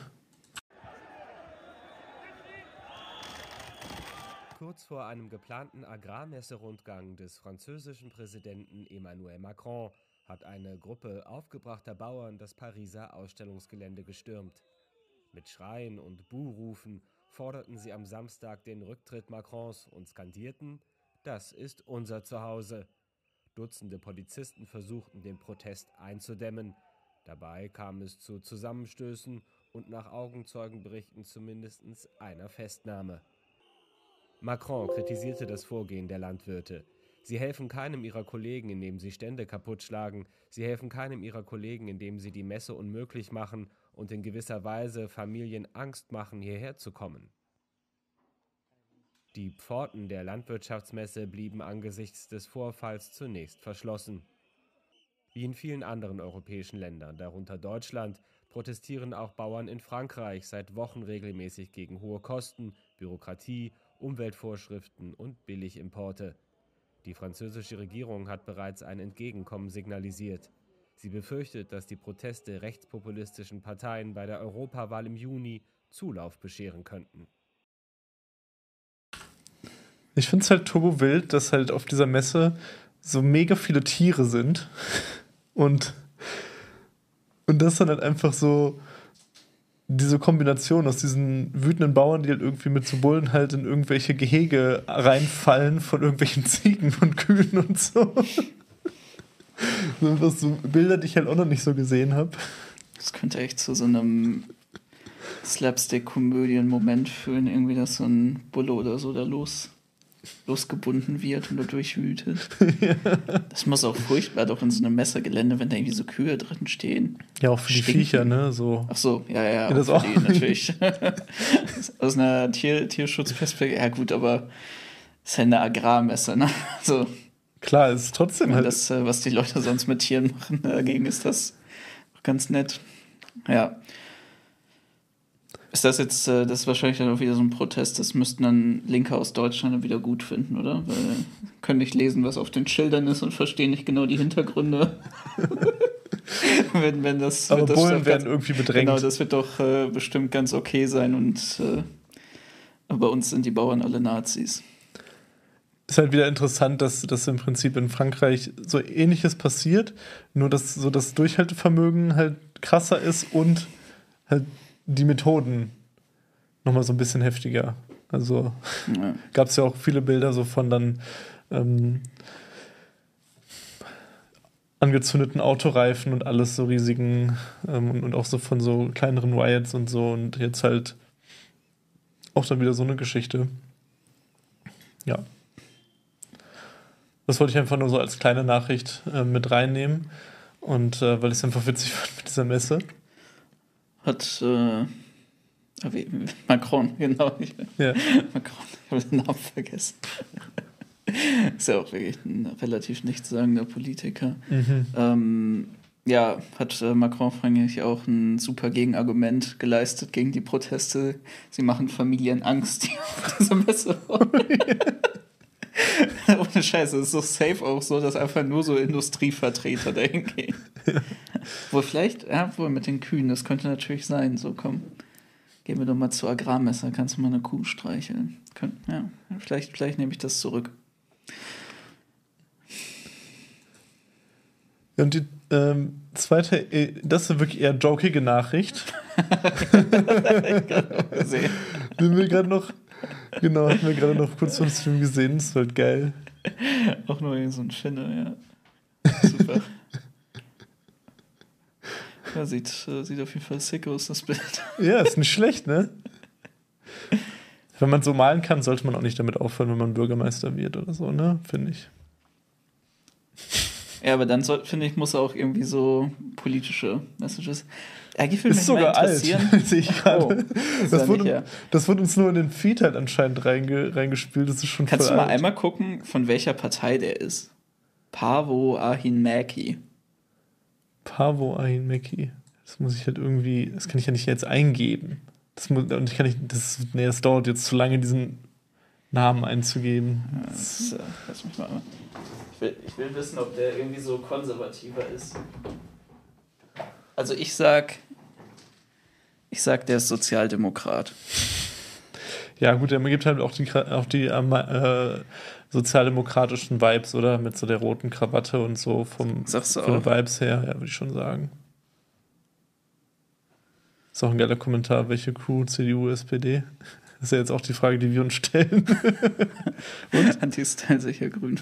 Kurz vor einem geplanten Agrarmesse-Rundgang des französischen Präsidenten Emmanuel Macron hat eine Gruppe aufgebrachter Bauern das Pariser Ausstellungsgelände gestürmt. Mit Schreien und Buhrufen forderten sie am Samstag den Rücktritt Macrons und skandierten: Das ist unser Zuhause. Dutzende Polizisten versuchten, den Protest einzudämmen. Dabei kam es zu Zusammenstößen und nach Augenzeugenberichten zumindest einer Festnahme. Macron kritisierte das Vorgehen der Landwirte. Sie helfen keinem ihrer Kollegen, indem sie Stände kaputtschlagen. Sie helfen keinem ihrer Kollegen, indem sie die Messe unmöglich machen und in gewisser Weise Familien Angst machen, hierher zu kommen. Die Pforten der Landwirtschaftsmesse blieben angesichts des Vorfalls zunächst verschlossen. Wie in vielen anderen europäischen Ländern, darunter Deutschland, protestieren auch Bauern in Frankreich seit Wochen regelmäßig gegen hohe Kosten, Bürokratie, Umweltvorschriften und Billigimporte. Die französische Regierung hat bereits ein Entgegenkommen signalisiert. Sie befürchtet, dass die Proteste rechtspopulistischen Parteien bei der Europawahl im Juni Zulauf bescheren könnten. Ich finde es halt turbo wild, dass halt auf dieser Messe so mega viele Tiere sind und das dann halt einfach so diese Kombination aus diesen wütenden Bauern, die halt irgendwie mit so Bullen halt in irgendwelche Gehege reinfallen von irgendwelchen Ziegen und Kühen und so. So Bilder, die ich halt auch noch nicht so gesehen habe. Das könnte echt zu so einem Slapstick-Komödien-Moment führen, irgendwie, dass so ein Bulle oder so da losgebunden wird und da durchwütet. Ja. Das muss auch furchtbar doch in so einem Messergelände, wenn da irgendwie so Kühe drin stehen. Ja, auch für die Viecher, ne? So. Ach so, ja, das auch. Die natürlich. Aus einer Tierschutzperspektive, ja gut, aber es ist ja eine Agrarmesse, ne? So. Klar, es ist trotzdem halt. Das, was die Leute sonst mit Tieren machen, dagegen ist das ganz nett. Ja. Ist das jetzt, das ist wahrscheinlich dann auch wieder so ein Protest, das müssten dann Linke aus Deutschland dann wieder gut finden, oder? Weil können nicht lesen, was auf den Schildern ist und verstehen nicht genau die Hintergründe. wenn das, aber das Bullen werden irgendwie bedrängt. Genau, das wird doch bestimmt ganz okay sein und bei uns sind die Bauern alle Nazis. Ist halt wieder interessant, dass im Prinzip in Frankreich so Ähnliches passiert, nur dass so das Durchhaltevermögen halt krasser ist und halt die Methoden nochmal so ein bisschen heftiger. Also gab es ja auch viele Bilder so von dann angezündeten Autoreifen und alles so riesigen und auch so von so kleineren Riots und so und jetzt halt auch dann wieder so eine Geschichte. Ja. Das wollte ich einfach nur so als kleine Nachricht mit reinnehmen und weil ich es einfach witzig fand mit dieser Messe. Hat Macron, genau. Ja. Macron, ich habe den Namen vergessen. Ist ja auch wirklich ein relativ nichtssagender Politiker. Mhm. Hat Macron eigentlich auch ein super Gegenargument geleistet gegen die Proteste. Sie machen Familien Angst, die auf dieser Messe wollen. Ohne Scheiße, es ist so safe auch so, dass einfach nur so Industrievertreter dahin gehen. Ja. Wohl vielleicht, wohl mit den Kühen, das könnte natürlich sein. So, komm, gehen wir doch mal zu Agrarmesser, kannst du mal eine Kuh streicheln. Vielleicht nehme ich das zurück. Und die zweite, das ist wirklich eher jokige Nachricht. Den wir gerade noch, genau, hatten wir gerade noch kurz vom Stream gesehen, das ist halt geil. Auch nur so ein Finne, ja. Super. Ja, sieht auf jeden Fall sick aus, das Bild. Ja, ist nicht schlecht, ne? Wenn man so malen kann, sollte man auch nicht damit aufhören, wenn man Bürgermeister wird oder so, ne? Finde ich. Ja, aber dann finde ich, muss auch irgendwie so politische Messages. Eigentlich ist sogar alt, sehe ich gerade. Das wurde uns nur in den Feed halt anscheinend reingespielt. Das ist schon Kannst voll du mal alt. einmal gucken, von welcher Partei der ist? Paavo Arhinmäki. Paavo Arhinmäki. Das muss ich halt irgendwie, das kann ich ja nicht jetzt eingeben. Das dauert jetzt zu lange, diesen Namen einzugeben. Lass mich mal. Ich will wissen, ob der irgendwie so konservativer ist. Also ich sag, der ist Sozialdemokrat. Ja gut, der gibt halt auch die sozialdemokratischen Vibes, oder? Mit so der roten Krawatte und so von den Vibes her, ja, würde ich schon sagen. Ist auch ein geiler Kommentar, welche Crew, CDU, SPD? Das ist ja jetzt auch die Frage, die wir uns stellen. Und? Anti-Style sicher grün.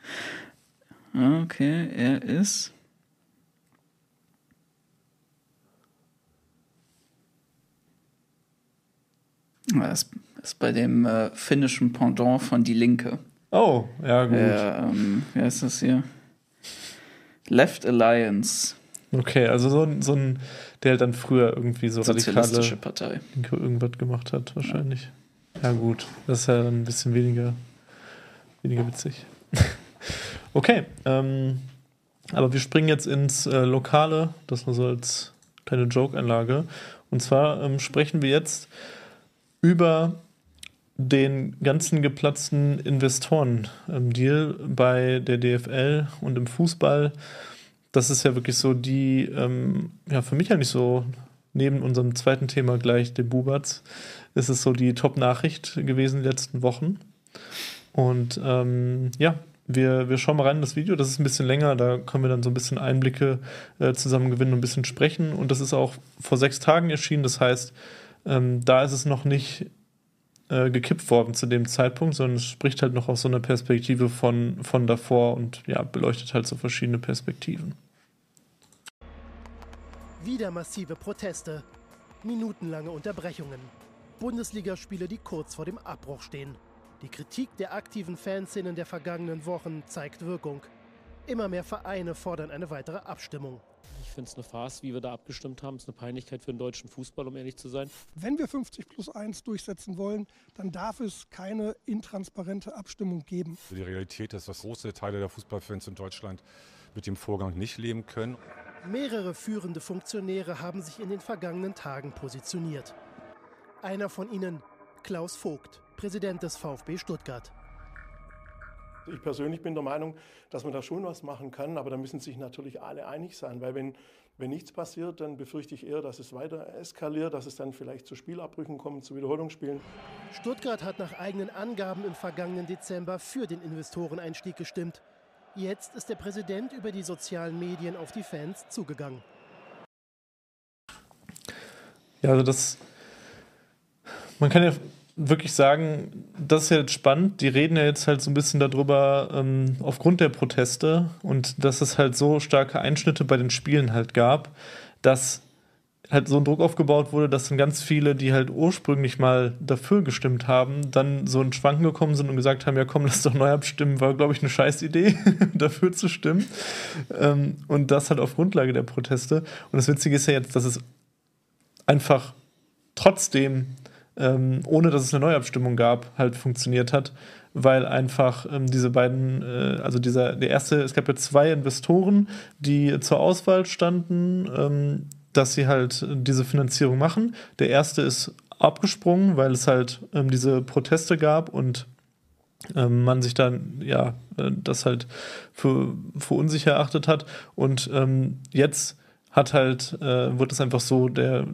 Okay, er ist... Das ist bei dem finnischen Pendant von Die Linke. Oh, ja, gut. Wie heißt das hier? Left Alliance. Okay, also so ein, der halt dann früher irgendwie so sozialistische Partei irgendwas gemacht hat, wahrscheinlich. Ja, gut. Das ist ja dann ein bisschen weniger witzig. Okay, aber wir springen jetzt ins Lokale, das nur so als kleine Joke-Einlage. Und zwar sprechen wir jetzt über den ganzen geplatzten Investoren-Deal bei der DFL und im Fußball. Das ist ja wirklich so die, für mich eigentlich so, neben unserem zweiten Thema gleich, dem Bubatz, ist es so die Top-Nachricht gewesen die letzten Wochen. Und wir schauen mal rein in das Video. Das ist ein bisschen länger, da können wir dann so ein bisschen Einblicke zusammen gewinnen und ein bisschen sprechen. Und das ist auch vor 6 Tagen erschienen. Das heißt, da ist es noch nicht gekippt worden zu dem Zeitpunkt, sondern es spricht halt noch aus so einer Perspektive von davor und beleuchtet halt so verschiedene Perspektiven. Wieder massive Proteste, minutenlange Unterbrechungen, Bundesligaspiele, die kurz vor dem Abbruch stehen. Die Kritik der aktiven Fanszenen der vergangenen Wochen zeigt Wirkung. Immer mehr Vereine fordern eine weitere Abstimmung. Ich finde es eine Farce, wie wir da abgestimmt haben. Es ist eine Peinlichkeit für den deutschen Fußball, um ehrlich zu sein. Wenn wir 50+1 durchsetzen wollen, dann darf es keine intransparente Abstimmung geben. Die Realität ist, dass große Teile der Fußballfans in Deutschland mit dem Vorgang nicht leben können. Mehrere führende Funktionäre haben sich in den vergangenen Tagen positioniert. Einer von ihnen, Klaus Vogt, Präsident des VfB Stuttgart. Ich persönlich bin der Meinung, dass man da schon was machen kann, aber da müssen sich natürlich alle einig sein, weil wenn nichts passiert, dann befürchte ich eher, dass es weiter eskaliert, dass es dann vielleicht zu Spielabbrüchen kommt, zu Wiederholungsspielen. Stuttgart hat nach eigenen Angaben im vergangenen Dezember für den Investoreneinstieg gestimmt. Jetzt ist der Präsident über die sozialen Medien auf die Fans zugegangen. Ja, also man kann ja wirklich sagen, das ist ja jetzt spannend. Die reden ja jetzt halt so ein bisschen darüber, aufgrund der Proteste und dass es halt so starke Einschnitte bei den Spielen halt gab, dass halt so ein Druck aufgebaut wurde, dass dann ganz viele, die halt ursprünglich mal dafür gestimmt haben, dann so in Schwanken gekommen sind und gesagt haben, ja komm, lass doch neu abstimmen, war glaube ich eine Scheißidee, dafür zu stimmen. Und das halt auf Grundlage der Proteste. Und das Witzige ist ja jetzt, dass es einfach trotzdem ohne dass es eine Neuabstimmung gab, halt funktioniert hat, weil einfach diese beiden, es gab ja 2 Investoren, die zur Auswahl standen, dass sie halt diese Finanzierung machen. Der erste ist abgesprungen, weil es halt diese Proteste gab und man sich dann, das halt für unsicher erachtet hat. Und jetzt wird es einfach so,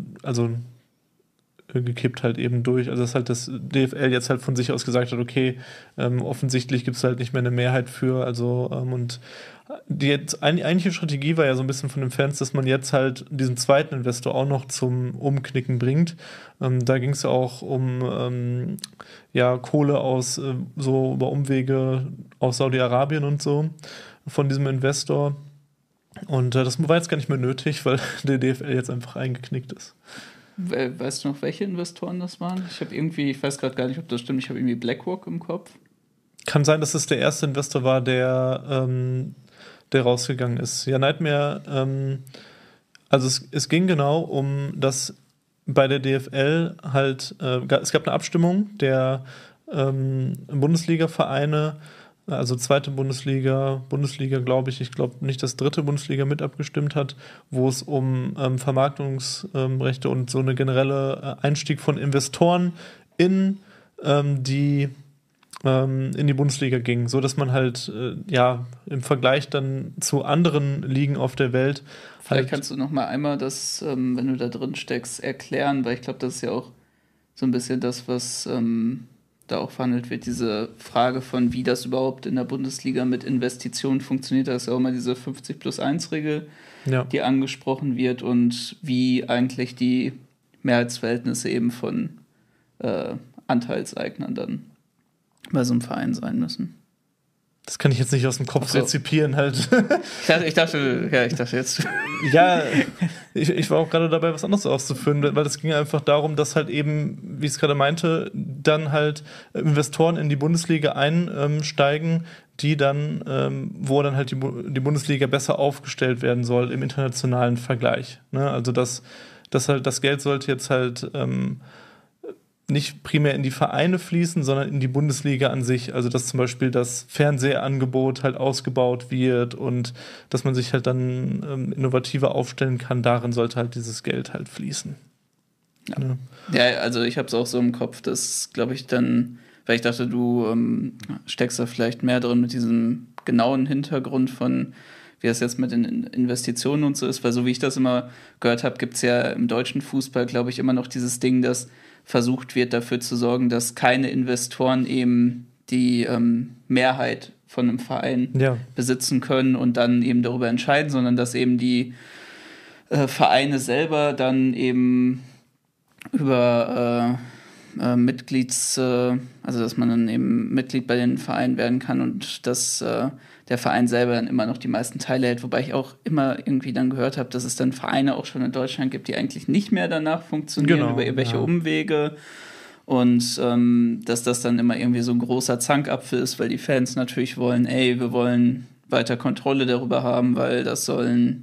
gekippt halt eben durch. Also dass halt das DFL jetzt halt von sich aus gesagt hat, okay, offensichtlich gibt es halt nicht mehr eine Mehrheit für, und die eigentliche Strategie war ja so ein bisschen von den Fans, dass man jetzt halt diesen zweiten Investor auch noch zum Umknicken bringt. Da ging es ja auch um Kohle aus so über Umwege aus Saudi-Arabien und so von diesem Investor. Und das war jetzt gar nicht mehr nötig, weil der DFL jetzt einfach eingeknickt ist. Weißt du noch, welche Investoren das waren? Ich weiß gerade gar nicht, ob das stimmt, ich habe irgendwie BlackRock im Kopf. Kann sein, dass es der erste Investor war, der rausgegangen ist. Ja, Nightmare, es ging genau um das bei der DFL halt, es gab eine Abstimmung der Bundesliga-Vereine, also zweite Bundesliga, glaube ich glaube nicht, dass dritte Bundesliga mit abgestimmt hat, wo es um Vermarktungsrechte und so eine generelle Einstieg von Investoren in die Bundesliga ging, so dass man halt im Vergleich dann zu anderen Ligen auf der Welt Vielleicht kannst du noch mal einmal das, wenn du da drin steckst, erklären, weil ich glaube, das ist ja auch so ein bisschen das, was da auch verhandelt wird, diese Frage von, wie das überhaupt in der Bundesliga mit Investitionen funktioniert. Da ist ja auch mal diese 50+1-Regel, die angesprochen wird und wie eigentlich die Mehrheitsverhältnisse eben von Anteilseignern dann bei so einem Verein sein müssen. Das kann ich jetzt nicht aus dem Kopf rezipieren halt. Ich dachte jetzt. Ja, ich war auch gerade dabei, was anderes auszuführen, weil es ging einfach darum, dass halt eben, wie ich es gerade meinte, dann halt Investoren in die Bundesliga einsteigen, die dann, wo dann halt die Bundesliga besser aufgestellt werden soll im internationalen Vergleich. Ne? Also das halt, das Geld sollte jetzt halt nicht primär in die Vereine fließen, sondern in die Bundesliga an sich. Also dass zum Beispiel das Fernsehangebot halt ausgebaut wird und dass man sich halt dann innovativer aufstellen kann. Darin sollte halt dieses Geld halt fließen. Ja, also ich habe es auch so im Kopf, dass, glaube ich, dann, weil ich dachte, du steckst da vielleicht mehr drin mit diesem genauen Hintergrund von, wie das jetzt mit den Investitionen und so ist, weil so wie ich das immer gehört habe, gibt es ja im deutschen Fußball, glaube ich, immer noch dieses Ding, dass versucht wird, dafür zu sorgen, dass keine Investoren eben die Mehrheit von einem Verein besitzen können und dann eben darüber entscheiden, sondern dass eben die Vereine selber dann eben über also dass man dann eben Mitglied bei den Vereinen werden kann und dass der Verein selber dann immer noch die meisten Teile hält, wobei ich auch immer irgendwie dann gehört habe, dass es dann Vereine auch schon in Deutschland gibt, die eigentlich nicht mehr danach funktionieren, über irgendwelche Umwege und dass das dann immer irgendwie so ein großer Zankapfel ist, weil die Fans natürlich wollen, wir wollen weiter Kontrolle darüber haben, weil das sollen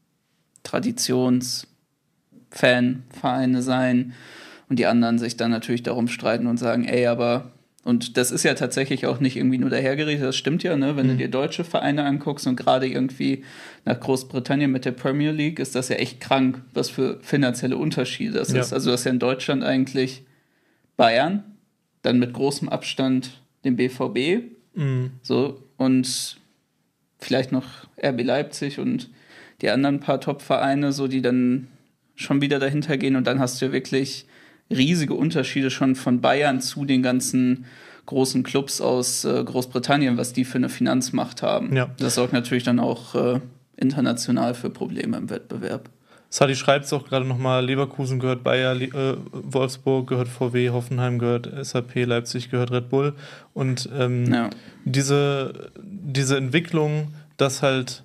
Traditions-Fanvereine sein und die anderen sich dann natürlich darum streiten und sagen, und das ist ja tatsächlich auch nicht irgendwie nur dahergeredet, das stimmt ja, ne? Wenn du dir deutsche Vereine anguckst und gerade irgendwie nach Großbritannien mit der Premier League, ist das ja echt krank, was für finanzielle Unterschiede das ist. Also das ist ja in Deutschland eigentlich Bayern, dann mit großem Abstand den BVB, so, und vielleicht noch RB Leipzig und die anderen paar Top-Vereine, so, die dann schon wieder dahinter gehen und dann hast du ja wirklich riesige Unterschiede schon von Bayern zu den ganzen großen Clubs aus Großbritannien, was die für eine Finanzmacht haben. Ja. Das sorgt natürlich dann auch international für Probleme im Wettbewerb. Sadi schreibt es auch gerade nochmal, Leverkusen gehört Bayer, Wolfsburg gehört VW, Hoffenheim gehört SAP, Leipzig gehört Red Bull. Und diese Entwicklung, dass halt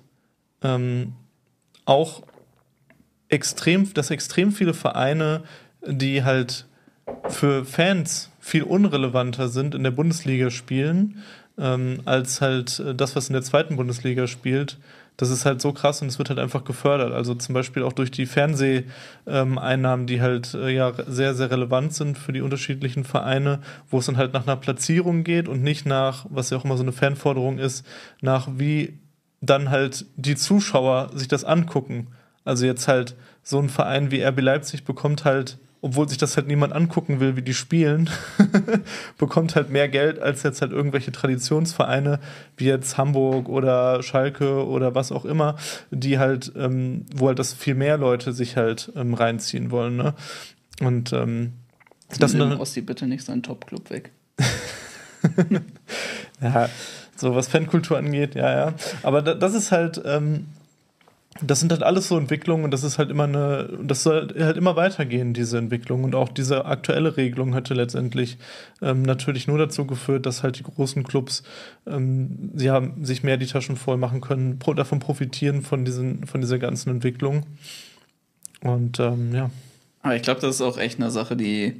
auch extrem viele Vereine, die halt für Fans viel unrelevanter sind, in der Bundesliga spielen, als halt das, was in der zweiten Bundesliga spielt. Das ist halt so krass und es wird halt einfach gefördert. Also zum Beispiel auch durch die Fernseheinnahmen, die halt sehr, sehr relevant sind für die unterschiedlichen Vereine, wo es dann halt nach einer Platzierung geht und nicht nach, was ja auch immer so eine Fanforderung ist, nach wie dann halt die Zuschauer sich das angucken. Also jetzt halt so ein Verein wie RB Leipzig bekommt halt, obwohl sich das halt niemand angucken will, wie die spielen, bekommt halt mehr Geld als jetzt halt irgendwelche Traditionsvereine wie jetzt Hamburg oder Schalke oder was auch immer, die halt, wo halt das viel mehr Leute sich halt reinziehen wollen, ne? Und das sind dann Ossi bitte nicht seinen Top-Club weg. Ja, so was Fankultur angeht, ja. Aber das ist halt das sind halt alles so Entwicklungen und das ist halt das soll halt immer weitergehen, diese Entwicklung. Und auch diese aktuelle Regelung hätte letztendlich natürlich nur dazu geführt, dass halt die großen Clubs sich mehr die Taschen voll machen können, davon profitieren von dieser ganzen Entwicklung. Und Aber ich glaube, das ist auch echt eine Sache,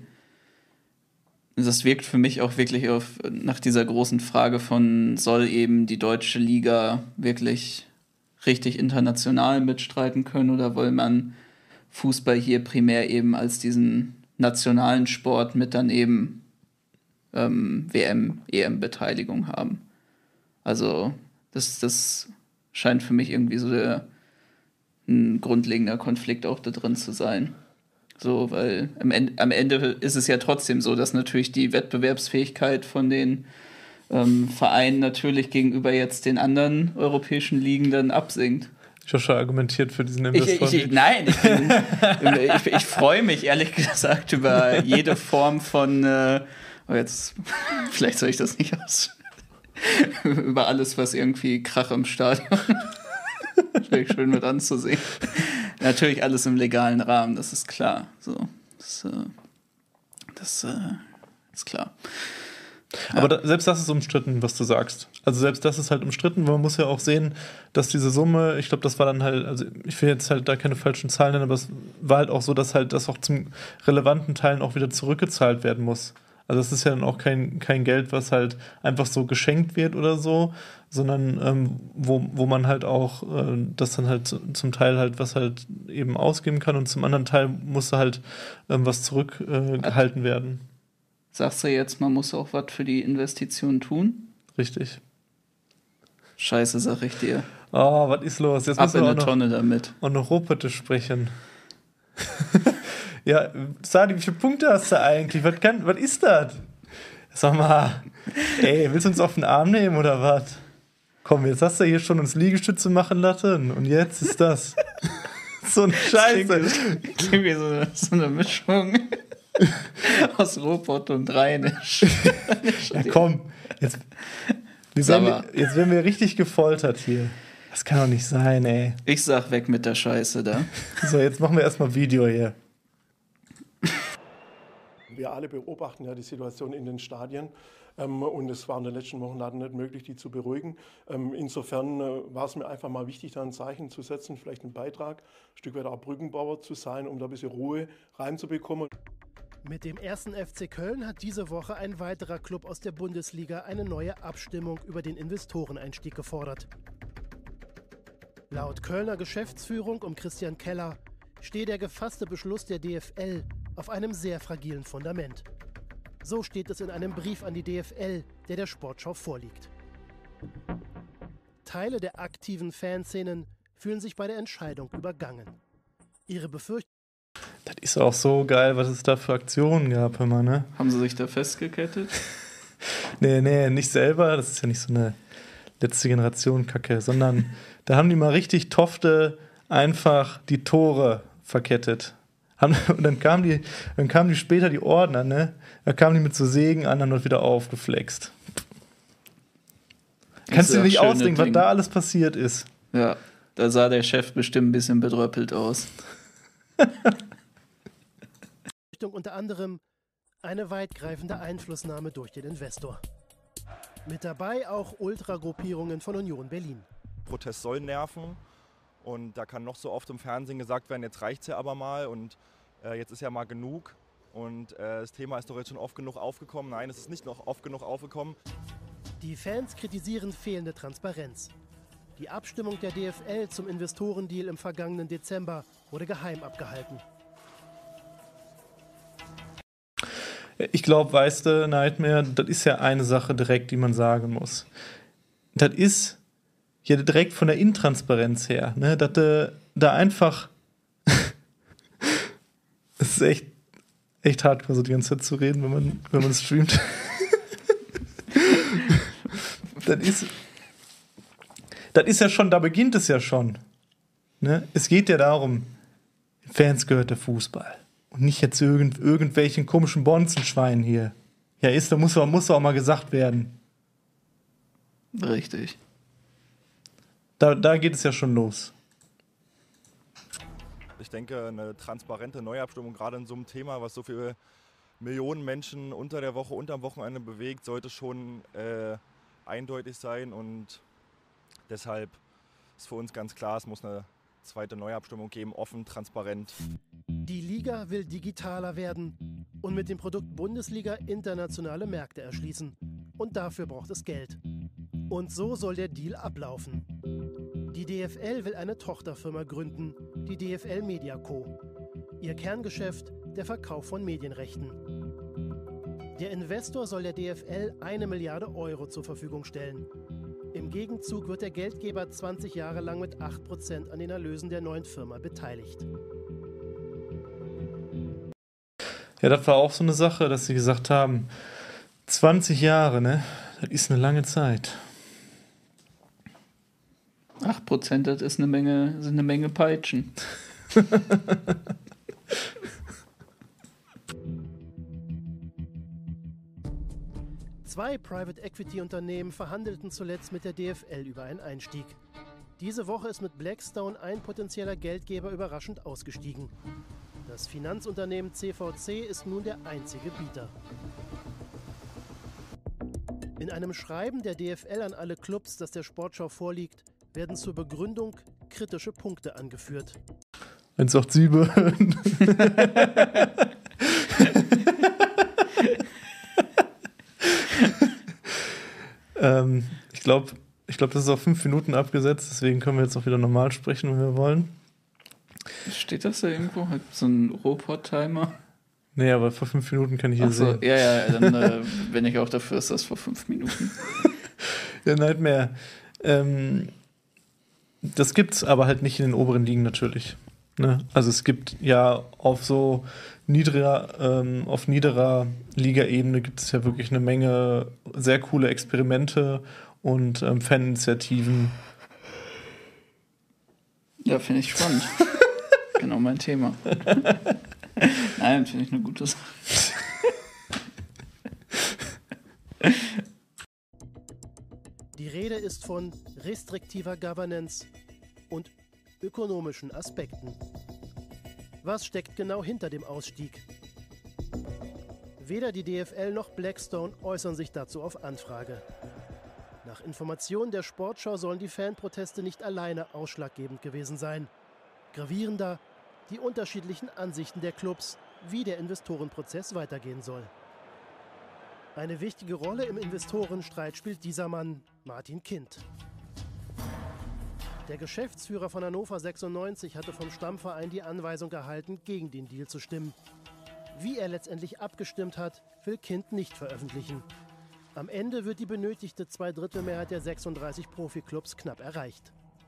das wirkt für mich auch wirklich nach dieser großen Frage von, soll eben die deutsche Liga wirklich richtig international mitstreiten können oder will man Fußball hier primär eben als diesen nationalen Sport mit dann eben WM, EM-Beteiligung haben? Also das scheint für mich irgendwie so ein grundlegender Konflikt auch da drin zu sein. So, weil am Ende ist es ja trotzdem so, dass natürlich die Wettbewerbsfähigkeit von den Vereinen natürlich gegenüber jetzt den anderen europäischen Ligen dann absinkt. Joshua argumentiert für diesen Investor. Ich freue mich ehrlich gesagt über jede Form von vielleicht soll ich das nicht über alles, was irgendwie Krach im Stadion wäre schön mit anzusehen. Natürlich alles im legalen Rahmen, das ist klar. So, das ist klar. Aber selbst das ist umstritten, was du sagst. Also selbst das ist halt umstritten, weil man muss ja auch sehen, dass diese Summe, ich glaube, das war dann halt, also ich will jetzt halt da keine falschen Zahlen nennen, aber es war halt auch so, dass halt das auch zum relevanten Teilen auch wieder zurückgezahlt werden muss. Also das ist ja dann auch kein Geld, was halt einfach so geschenkt wird oder so, sondern wo man halt auch das dann halt zum Teil halt was halt eben ausgeben kann und zum anderen Teil muss halt was zurückgehalten werden. Sagst du jetzt, man muss auch was für die Investition tun? Richtig. Scheiße, sag ich dir. Oh, was ist los? Jetzt ab in eine Tonne damit. Und noch Rohputte sprechen. Ja, Sadi, wie viele Punkte hast du eigentlich? Was ist das? Sag mal, willst du uns auf den Arm nehmen oder was? Komm, jetzt hast du hier schon uns Liegestütze machen lassen und jetzt ist das. So eine Scheiße. Klingt wie so eine Mischung aus Robot und Rheinisch. Ja, komm, Jetzt werden wir richtig gefoltert hier. Das kann doch nicht sein, ey. Ich sag weg mit der Scheiße da. So, jetzt machen wir erstmal Video hier. Wir alle beobachten ja die Situation in den Stadien und es war in den letzten Monaten nicht möglich, die zu beruhigen. Insofern war es mir einfach mal wichtig, da ein Zeichen zu setzen, vielleicht einen Beitrag, ein Stück weit auch Brückenbauer zu sein, um da ein bisschen Ruhe reinzubekommen. Mit dem 1. FC Köln hat diese Woche ein weiterer Club aus der Bundesliga eine neue Abstimmung über den Investoreneinstieg gefordert. Laut Kölner Geschäftsführung um Christian Keller steht der gefasste Beschluss der DFL auf einem sehr fragilen Fundament. So steht es in einem Brief an die DFL, der Sportschau vorliegt. Teile der aktiven Fanszenen fühlen sich bei der Entscheidung übergangen. Ihre Befürchtungen. Das ist auch so geil, was es da für Aktionen gab, immer, ne? Haben sie sich da festgekettet? Nee, nicht selber. Das ist ja nicht so eine letzte Generation Kacke, sondern da haben die mal richtig Tofte einfach die Tore verkettet. Und dann kamen die später, die Ordner, ne? Da kamen die mit so Sägen an, dann wird wieder aufgeflext. Kannst du dir nicht ausdenken, was da alles passiert ist. Ja, da sah der Chef bestimmt ein bisschen bedröppelt aus. Unter anderem eine weitgreifende Einflussnahme durch den Investor. Mit dabei auch Ultragruppierungen von Union Berlin. Protest soll nerven und da kann noch so oft im Fernsehen gesagt werden, jetzt reicht's ja aber mal und jetzt ist ja mal genug und das Thema ist doch jetzt schon oft genug aufgekommen. Nein, es ist nicht noch oft genug aufgekommen. Die Fans kritisieren fehlende Transparenz. Die Abstimmung der DFL zum Investorendeal im vergangenen Dezember wurde geheim abgehalten. Ich glaube, weißt du, Nightmare, das ist ja eine Sache direkt, die man sagen muss. Das ist ja direkt von der Intransparenz her, ne? Dass da einfach es ist echt hardcore, so die ganze Zeit zu reden, wenn man streamt. Das ist ja schon, da beginnt es ja schon. Ne? Es geht ja darum, Fans gehört der Fußball. Und nicht jetzt irgendwelchen komischen Bonzenschweinen hier. Ja, da muss auch mal gesagt werden. Richtig. Da geht es ja schon los. Ich denke, eine transparente Neuabstimmung, gerade in so einem Thema, was so viele Millionen Menschen unter der Woche und am Wochenende bewegt, sollte schon eindeutig sein. Und deshalb ist für uns ganz klar, es muss eine zweite Neuabstimmung geben, offen, transparent. Die Liga will digitaler werden und mit dem Produkt Bundesliga internationale Märkte erschließen. Und dafür braucht es Geld. Und so soll der Deal ablaufen. Die DFL will eine Tochterfirma gründen, die DFL Media Co. Ihr Kerngeschäft, der Verkauf von Medienrechten. Der Investor soll der DFL 1 Milliarde Euro zur Verfügung stellen. Im Gegenzug wird der Geldgeber 20 Jahre lang mit 8% an den Erlösen der neuen Firma beteiligt. Ja, das war auch so eine Sache, dass sie gesagt haben, 20 Jahre, ne? Das ist eine lange Zeit. 8%, das ist sind eine Menge Peitschen. Zwei Private-Equity-Unternehmen verhandelten zuletzt mit der DFL über einen Einstieg. Diese Woche ist mit Blackstone ein potenzieller Geldgeber überraschend ausgestiegen. Das Finanzunternehmen CVC ist nun der einzige Bieter. In einem Schreiben der DFL an alle Clubs, das der Sportschau vorliegt, werden zur Begründung kritische Punkte angeführt. Wenn es auch Zwiebeln. Ich glaube, das ist auf 5 Minuten abgesetzt, deswegen können wir jetzt auch wieder normal sprechen, wenn wir wollen. Steht das da irgendwo? Hat so ein Robot-Timer? Nee, aber vor 5 Minuten kann ich hier sehen. Ja, dann bin ich auch dafür, ist das vor 5 Minuten. Ja, Nightmare. Das gibt's aber halt nicht in den oberen Ligen natürlich. Ne? Also es gibt ja auf so niederer Liga-Ebene gibt es ja wirklich eine Menge sehr coole Experimente und Faninitiativen. Ja, finde ich spannend. Genau mein Thema. Nein, finde ich eine gute Sache. ist von restriktiver Governance und ökonomischen Aspekten. Was steckt genau hinter dem Ausstieg? Weder die DFL noch Blackstone äußern sich dazu auf Anfrage. Nach Informationen der Sportschau sollen die Fanproteste nicht alleine ausschlaggebend gewesen sein. Gravierender die unterschiedlichen Ansichten der Clubs, wie der Investorenprozess weitergehen soll. Eine wichtige Rolle im Investorenstreit spielt dieser Mann, Martin Kind. Der Geschäftsführer von Hannover 96 hatte vom Stammverein die Anweisung erhalten, gegen den Deal zu stimmen. Wie er letztendlich abgestimmt hat, will Kind nicht veröffentlichen. Am Ende wird die benötigte 2/3 der 36 Profiklubs knapp erreicht.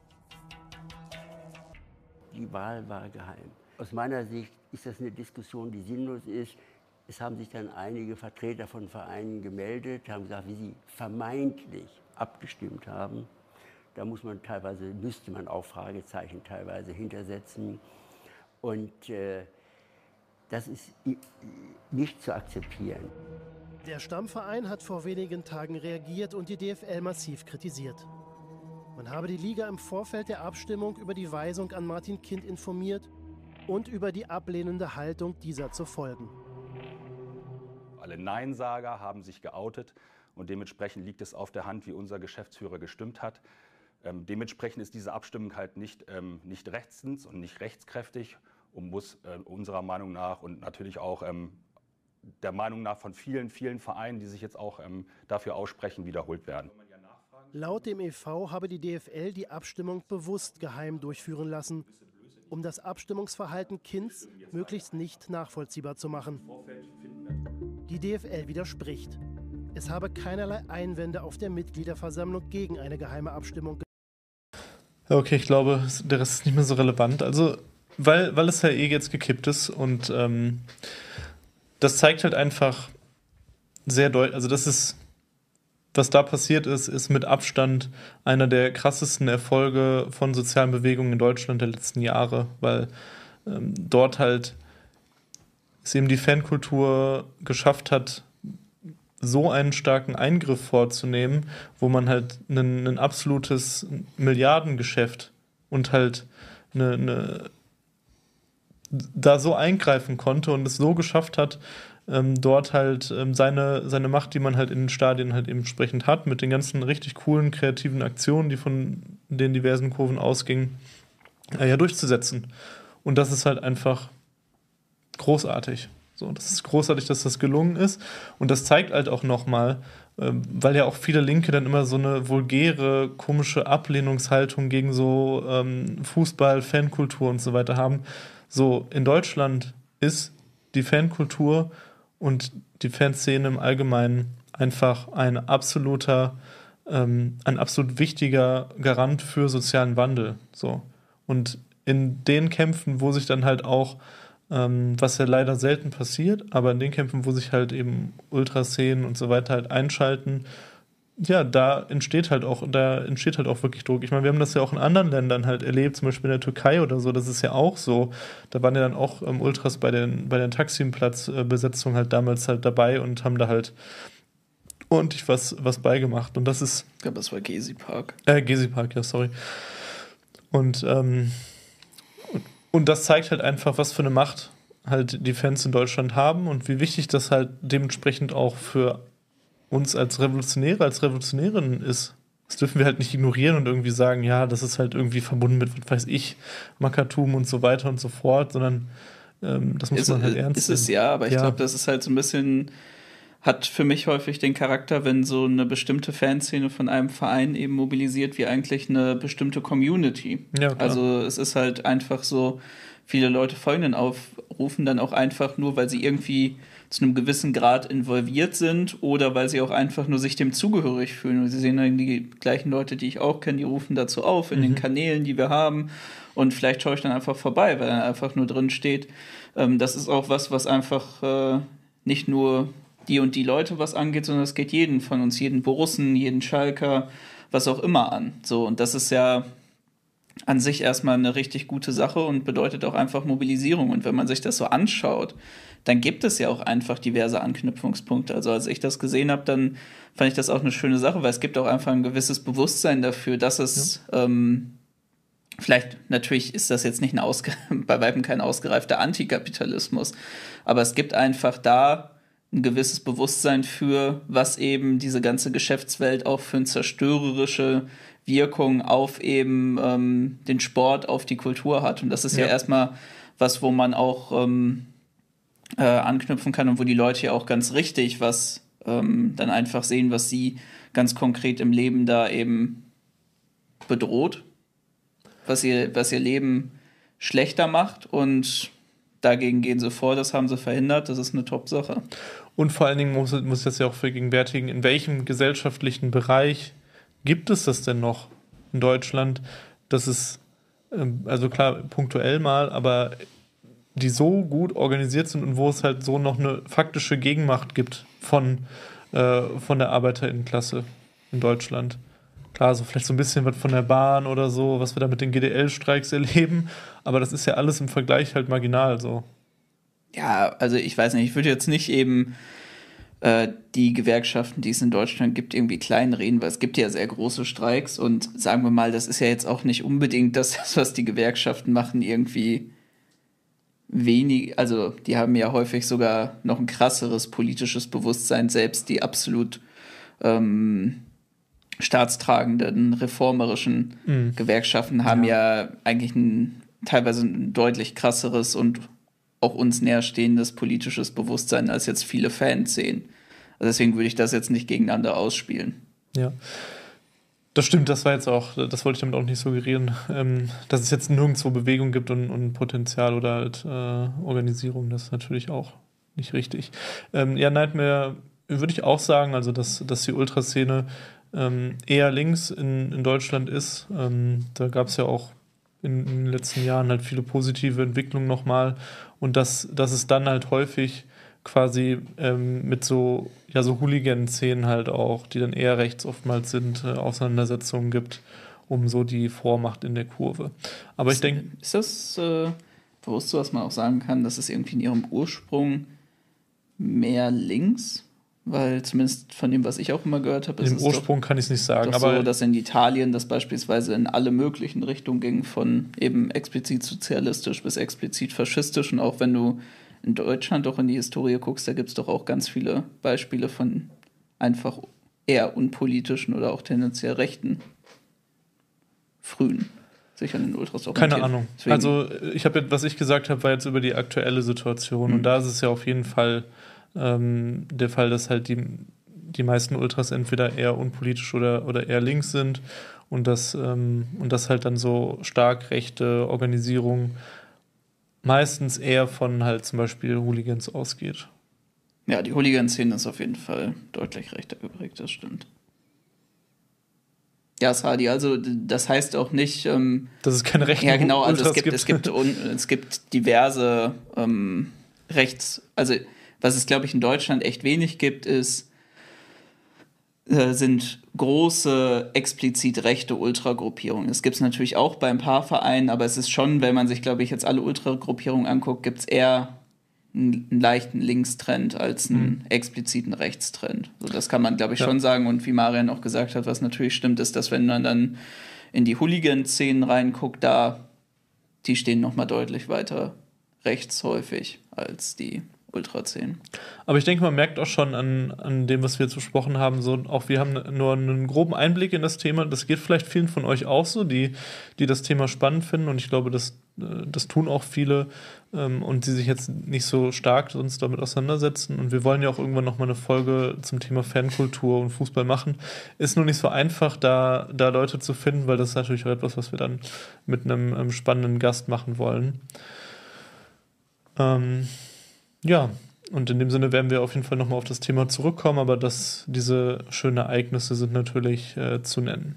Die Wahl war geheim. Aus meiner Sicht ist das eine Diskussion, die sinnlos ist. Es haben sich dann einige Vertreter von Vereinen gemeldet, haben gesagt, wie sie vermeintlich abgestimmt haben. Da müsste man auch Fragezeichen teilweise hintersetzen. Und das ist nicht zu akzeptieren. Der Stammverein hat vor wenigen Tagen reagiert und die DFL massiv kritisiert. Man habe die Liga im Vorfeld der Abstimmung über die Weisung an Martin Kind informiert und über die ablehnende Haltung dieser zu folgen. Alle Neinsager haben sich geoutet und dementsprechend liegt es auf der Hand, wie unser Geschäftsführer gestimmt hat. Dementsprechend ist diese Abstimmung halt nicht rechtens und nicht rechtskräftig und muss unserer Meinung nach und natürlich auch der Meinung nach von vielen, vielen Vereinen, die sich jetzt auch dafür aussprechen, wiederholt werden. Laut dem e.V. habe die DFL die Abstimmung bewusst geheim durchführen lassen, um das Abstimmungsverhalten Kinds möglichst nicht nachvollziehbar zu machen. Die DFL widerspricht. Es habe keinerlei Einwände auf der Mitgliederversammlung gegen eine geheime Abstimmung. Okay, ich glaube, der Rest ist nicht mehr so relevant. Also, weil es ja jetzt gekippt ist und das zeigt halt einfach sehr deutlich, also das ist, was da passiert ist mit Abstand einer der krassesten Erfolge von sozialen Bewegungen in Deutschland der letzten Jahre, weil dort halt es eben die Fankultur geschafft hat, so einen starken Eingriff vorzunehmen, wo man halt ein absolutes Milliardengeschäft und halt da so eingreifen konnte und es so geschafft hat, dort halt seine Macht, die man halt in den Stadien halt eben entsprechend hat, mit den ganzen richtig coolen, kreativen Aktionen, die von den diversen Kurven ausgingen, durchzusetzen. Und das ist halt einfach großartig. So, das ist großartig, dass das gelungen ist. Und das zeigt halt auch nochmal, weil ja auch viele Linke dann immer so eine vulgäre, komische Ablehnungshaltung gegen so Fußball, Fankultur und so weiter haben. So, in Deutschland ist die Fankultur und die Fanszene im Allgemeinen einfach ein absolut wichtiger Garant für sozialen Wandel. So. Und in den Kämpfen, wo sich dann halt auch, was ja leider selten passiert, aber in den Kämpfen, wo sich halt eben Ultraszenen und so weiter halt einschalten, ja, da entsteht halt auch wirklich Druck. Ich meine, wir haben das ja auch in anderen Ländern halt erlebt, zum Beispiel in der Türkei oder so, das ist ja auch so. Da waren ja dann auch Ultras bei den Taksim-Platzbesetzungen halt damals halt dabei und haben da halt ordentlich was beigemacht. Und das ist... Ich glaube, das war Gezi Park. Gezi Park, ja, sorry. Und das zeigt halt einfach, was für eine Macht halt die Fans in Deutschland haben und wie wichtig das halt dementsprechend auch für uns als Revolutionäre, als Revolutionärinnen ist. Das dürfen wir halt nicht ignorieren und irgendwie sagen, ja, das ist halt irgendwie verbunden mit, was weiß ich, Mackertum und so weiter und so fort, sondern das muss man halt ernst nehmen. Ist es ja, aber ich glaube, das ist halt so ein bisschen, hat für mich häufig den Charakter, wenn so eine bestimmte Fanszene von einem Verein eben mobilisiert, wie eigentlich eine bestimmte Community. Ja, klar. Also es ist halt einfach so, viele Leute folgen den Aufrufen dann auch einfach nur, weil sie irgendwie zu einem gewissen Grad involviert sind oder weil sie auch einfach nur sich dem zugehörig fühlen. Und sie sehen dann die gleichen Leute, die ich auch kenne, die rufen dazu auf in den Kanälen, die wir haben. Und vielleicht schaue ich dann einfach vorbei, weil dann einfach nur drin steht, das ist auch was einfach nicht nur die und die Leute was angeht, sondern es geht jeden von uns, jeden Borussen, jeden Schalker, was auch immer an. So, und das ist ja an sich erstmal eine richtig gute Sache und bedeutet auch einfach Mobilisierung. Und wenn man sich das so anschaut, dann gibt es ja auch einfach diverse Anknüpfungspunkte. Also als ich das gesehen habe, dann fand ich das auch eine schöne Sache, weil es gibt auch einfach ein gewisses Bewusstsein dafür, dass es vielleicht, natürlich ist das jetzt nicht bei weitem kein ausgereifter Antikapitalismus, aber es gibt einfach da ein gewisses Bewusstsein für, was eben diese ganze Geschäftswelt auch für eine zerstörerische Wirkung auf eben den Sport, auf die Kultur hat. Und das ist ja erstmal was, wo man auch anknüpfen kann und wo die Leute ja auch ganz richtig was dann einfach sehen, was sie ganz konkret im Leben da eben bedroht, was ihr Leben schlechter macht, und dagegen gehen sie vor, das haben sie verhindert, das ist eine Top-Sache. Und vor allen Dingen muss ich das ja auch vergegenwärtigen, in welchem gesellschaftlichen Bereich gibt es das denn noch in Deutschland, dass es, also klar, punktuell mal, aber die so gut organisiert sind und wo es halt so noch eine faktische Gegenmacht gibt von der ArbeiterInnenklasse in Deutschland. Klar, so vielleicht so ein bisschen was von der Bahn oder so, was wir da mit den GDL-Streiks erleben, aber das ist ja alles im Vergleich halt marginal so. Ja, also ich weiß nicht, ich würde jetzt nicht eben die Gewerkschaften, die es in Deutschland gibt, irgendwie kleinreden, weil es gibt ja sehr große Streiks und sagen wir mal, das ist ja jetzt auch nicht unbedingt das, was die Gewerkschaften machen, irgendwie wenig, also die haben ja häufig sogar noch ein krasseres politisches Bewusstsein, selbst die absolut staatstragenden, reformerischen Gewerkschaften haben ja eigentlich teilweise ein deutlich krasseres und auch uns näherstehendes politisches Bewusstsein, als jetzt viele Fans sehen. Also deswegen würde ich das jetzt nicht gegeneinander ausspielen. Ja. Das stimmt, das wollte ich damit auch nicht suggerieren, dass es jetzt nirgendwo Bewegung gibt und Potenzial oder halt, Organisierung, das ist natürlich auch nicht richtig. Nightmare würde ich auch sagen, also dass die Ultraszene eher links in Deutschland ist. Da gab es ja auch in den letzten Jahren halt viele positive Entwicklungen nochmal, und dass es dann halt häufig quasi mit so Hooligan-Szenen halt auch, die dann eher rechts oftmals sind, Auseinandersetzungen gibt, um so die Vormacht in der Kurve. Aber ich denke... Ist das bewusst so, dass man auch sagen kann, dass es irgendwie in ihrem Ursprung mehr links? Weil zumindest von dem, was ich auch immer gehört habe, ist im Ursprung kann ich es nicht sagen, doch aber so, dass in Italien das beispielsweise in alle möglichen Richtungen ging, von eben explizit sozialistisch bis explizit faschistisch. Und auch wenn du in Deutschland doch in die Historie guckst, da gibt es doch auch ganz viele Beispiele von einfach eher unpolitischen oder auch tendenziell rechten Frühen sich an den Ultras orientieren. Keine Ahnung. Deswegen. Also was ich gesagt habe, war jetzt über die aktuelle Situation. Und da ist es ja auf jeden Fall der Fall, dass halt die meisten Ultras entweder eher unpolitisch oder eher links sind und das halt dann so stark rechte Organisierung meistens eher von halt zum Beispiel Hooligans ausgeht. Ja, die Hooligan-Szene ist auf jeden Fall deutlich rechter geprägt, das stimmt. Ja, Sadi, also das heißt auch nicht, dass es keine rechten ja, genau, also Ultras es gibt diverse Rechts, also was es, glaube ich, in Deutschland echt wenig gibt, sind große, explizit rechte Ultragruppierungen. Das gibt es natürlich auch bei ein paar Vereinen, aber es ist schon, wenn man sich, glaube ich, jetzt alle Ultragruppierungen anguckt, gibt es eher einen leichten Linkstrend als einen expliziten Rechtstrend. So, das kann man, glaube ich, schon sagen. Und wie Marian auch gesagt hat, was natürlich stimmt, ist, dass wenn man dann in die Hooligan-Szenen reinguckt, die stehen noch mal deutlich weiter rechts häufig als die Ultra-Szenen. Aber ich denke, man merkt auch schon an dem, was wir jetzt besprochen haben, so auch wir haben nur einen groben Einblick in das Thema. Das geht vielleicht vielen von euch auch so, die das Thema spannend finden, und ich glaube, das tun auch viele und die sich jetzt nicht so stark sonst damit auseinandersetzen. Und wir wollen ja auch irgendwann nochmal eine Folge zum Thema Fankultur und Fußball machen. Ist nur nicht so einfach, da Leute zu finden, weil das ist natürlich auch etwas, was wir dann mit einem spannenden Gast machen wollen. Ja, und in dem Sinne werden wir auf jeden Fall nochmal auf das Thema zurückkommen, aber diese schönen Ereignisse sind natürlich zu nennen.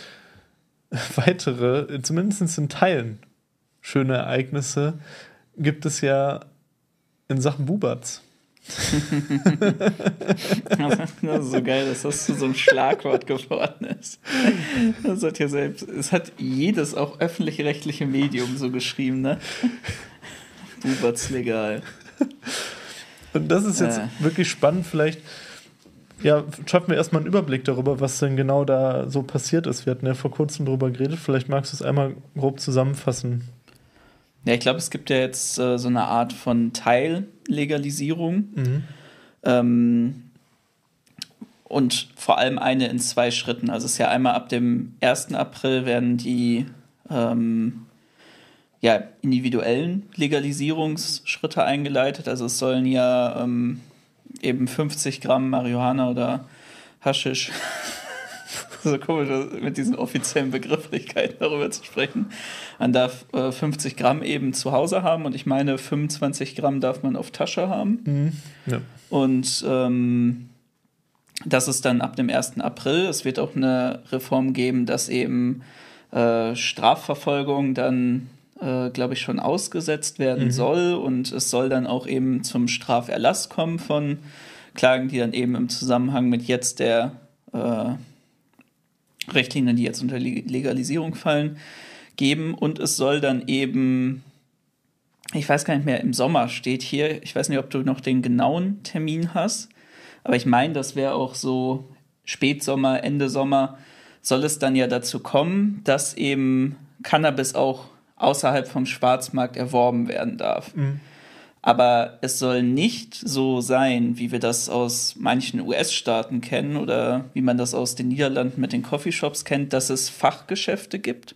Weitere, zumindest in Teilen schöne Ereignisse, gibt es ja in Sachen Bubatz. Das ist so geil, dass das so ein Schlagwort geworden ist. Das hat ja selbst, es hat jedes auch öffentlich-rechtliche Medium so geschrieben, ne? Bubert's legal. Und das ist jetzt wirklich spannend, vielleicht schaffen wir erstmal einen Überblick darüber, was denn genau da so passiert ist. Wir hatten ja vor kurzem darüber geredet, vielleicht magst du es einmal grob zusammenfassen. Ja, ich glaube, es gibt ja jetzt so eine Art von Teillegalisierung. Und vor allem eine in 2 Schritten. Also es ist ja einmal ab dem 1. April werden die individuellen Legalisierungsschritte eingeleitet. Also es sollen ja eben 50 Gramm Marihuana oder Haschisch, so komisch mit diesen offiziellen Begrifflichkeiten darüber zu sprechen. Man darf 50 Gramm eben zu Hause haben und ich meine 25 Gramm darf man auf Tasche haben. Ja. Und das ist dann ab dem 1. April. Es wird auch eine Reform geben, dass eben Strafverfolgung dann, glaube ich, schon ausgesetzt werden soll. Und es soll dann auch eben zum Straferlass kommen von Klagen, die dann eben im Zusammenhang mit jetzt der Richtlinien, die jetzt unter Legalisierung fallen, geben. Und es soll dann eben, ich weiß gar nicht mehr, im Sommer steht hier, ich weiß nicht, ob du noch den genauen Termin hast, aber ich meine, das wäre auch so Spätsommer, Ende Sommer, soll es dann ja dazu kommen, dass eben Cannabis auch außerhalb vom Schwarzmarkt erworben werden darf. Aber es soll nicht so sein, wie wir das aus manchen US-Staaten kennen oder wie man das aus den Niederlanden mit den Coffeeshops kennt, dass es Fachgeschäfte gibt,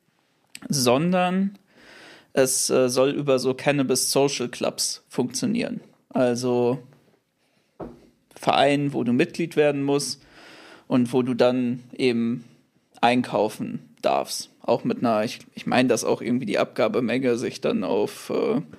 sondern es soll über so Cannabis Social Clubs funktionieren. Also Verein, wo du Mitglied werden musst und wo du dann eben einkaufen darfst. Auch mit einer, ich meine, dass auch irgendwie die Abgabemenge sich dann auf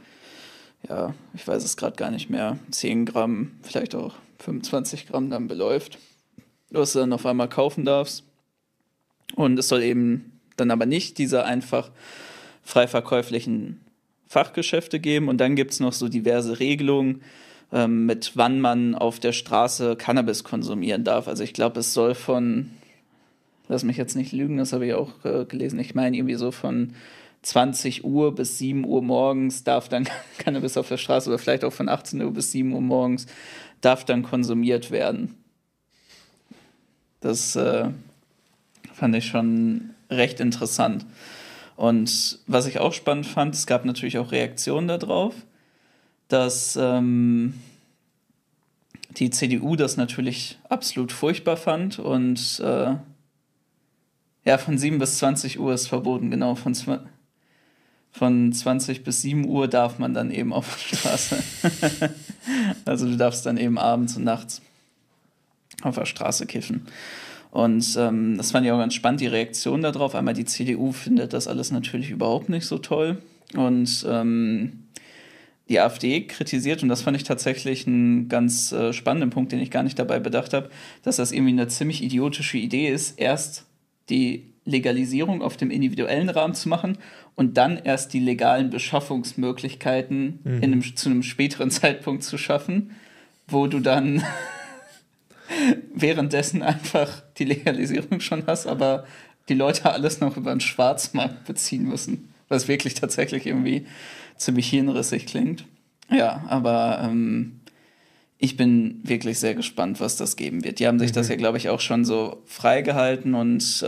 ich weiß es gerade gar nicht mehr, 10 Gramm, vielleicht auch 25 Gramm dann beläuft, was du dann auf einmal kaufen darfst. Und es soll eben dann aber nicht diese einfach frei verkäuflichen Fachgeschäfte geben. Und dann gibt es noch so diverse Regelungen, mit wann man auf der Straße Cannabis konsumieren darf. Also ich glaube, es soll von, lass mich jetzt nicht lügen, das habe ich auch gelesen, ich meine irgendwie so von 20 Uhr bis 7 Uhr morgens darf dann Cannabis auf der Straße oder vielleicht auch von 18 Uhr bis 7 Uhr morgens darf dann konsumiert werden. Das fand ich schon recht interessant. Und was ich auch spannend fand, es gab natürlich auch Reaktionen darauf, dass die CDU das natürlich absolut furchtbar fand und von 7 bis 20 Uhr ist verboten, genau, von 20 bis 7 Uhr darf man dann eben auf der Straße. Also du darfst dann eben abends und nachts auf der Straße kiffen. Und das fand ich auch ganz spannend, die Reaktion darauf. Einmal die CDU findet das alles natürlich überhaupt nicht so toll. Und die AfD kritisiert, und das fand ich tatsächlich einen ganz spannenden Punkt, den ich gar nicht dabei bedacht habe, dass das irgendwie eine ziemlich idiotische Idee ist, erst die Legalisierung auf dem individuellen Rahmen zu machen und dann erst die legalen Beschaffungsmöglichkeiten zu einem späteren Zeitpunkt zu schaffen, wo du dann währenddessen einfach die Legalisierung schon hast, aber die Leute alles noch über den Schwarzmarkt beziehen müssen, was wirklich tatsächlich irgendwie ziemlich hirnrissig klingt. Ja, aber ich bin wirklich sehr gespannt, was das geben wird. Die haben sich das ja, glaube ich, auch schon so freigehalten und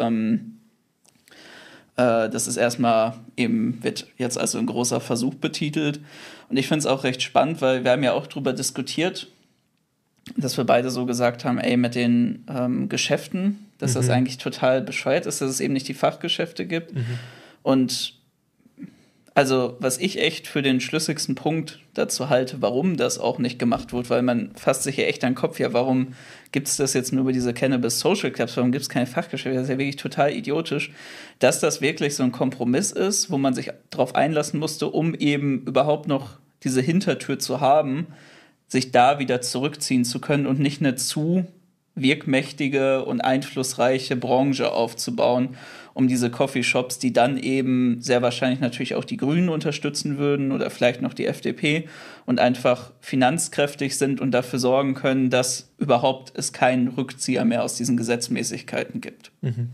das ist erstmal eben, wird jetzt also ein großer Versuch betitelt. Und ich finde es auch recht spannend, weil wir haben ja auch drüber diskutiert, dass wir beide so gesagt haben, mit den Geschäften, dass das eigentlich total bescheuert ist, dass es eben nicht die Fachgeschäfte gibt. Und also, was ich echt für den schlüssigsten Punkt dazu halte, warum das auch nicht gemacht wird, weil man fasst sich ja echt an den Kopf, warum gibt es das jetzt nur über diese Cannabis Social Clubs, warum gibt es keine Fachgeschäfte? Das ist ja wirklich total idiotisch, dass das wirklich so ein Kompromiss ist, wo man sich darauf einlassen musste, um eben überhaupt noch diese Hintertür zu haben, sich da wieder zurückziehen zu können und nicht eine zu wirkmächtige und einflussreiche Branche aufzubauen, um diese Coffeeshops, die dann eben sehr wahrscheinlich natürlich auch die Grünen unterstützen würden oder vielleicht noch die FDP und einfach finanzkräftig sind und dafür sorgen können, dass überhaupt es keinen Rückzieher mehr aus diesen Gesetzmäßigkeiten gibt. Mhm.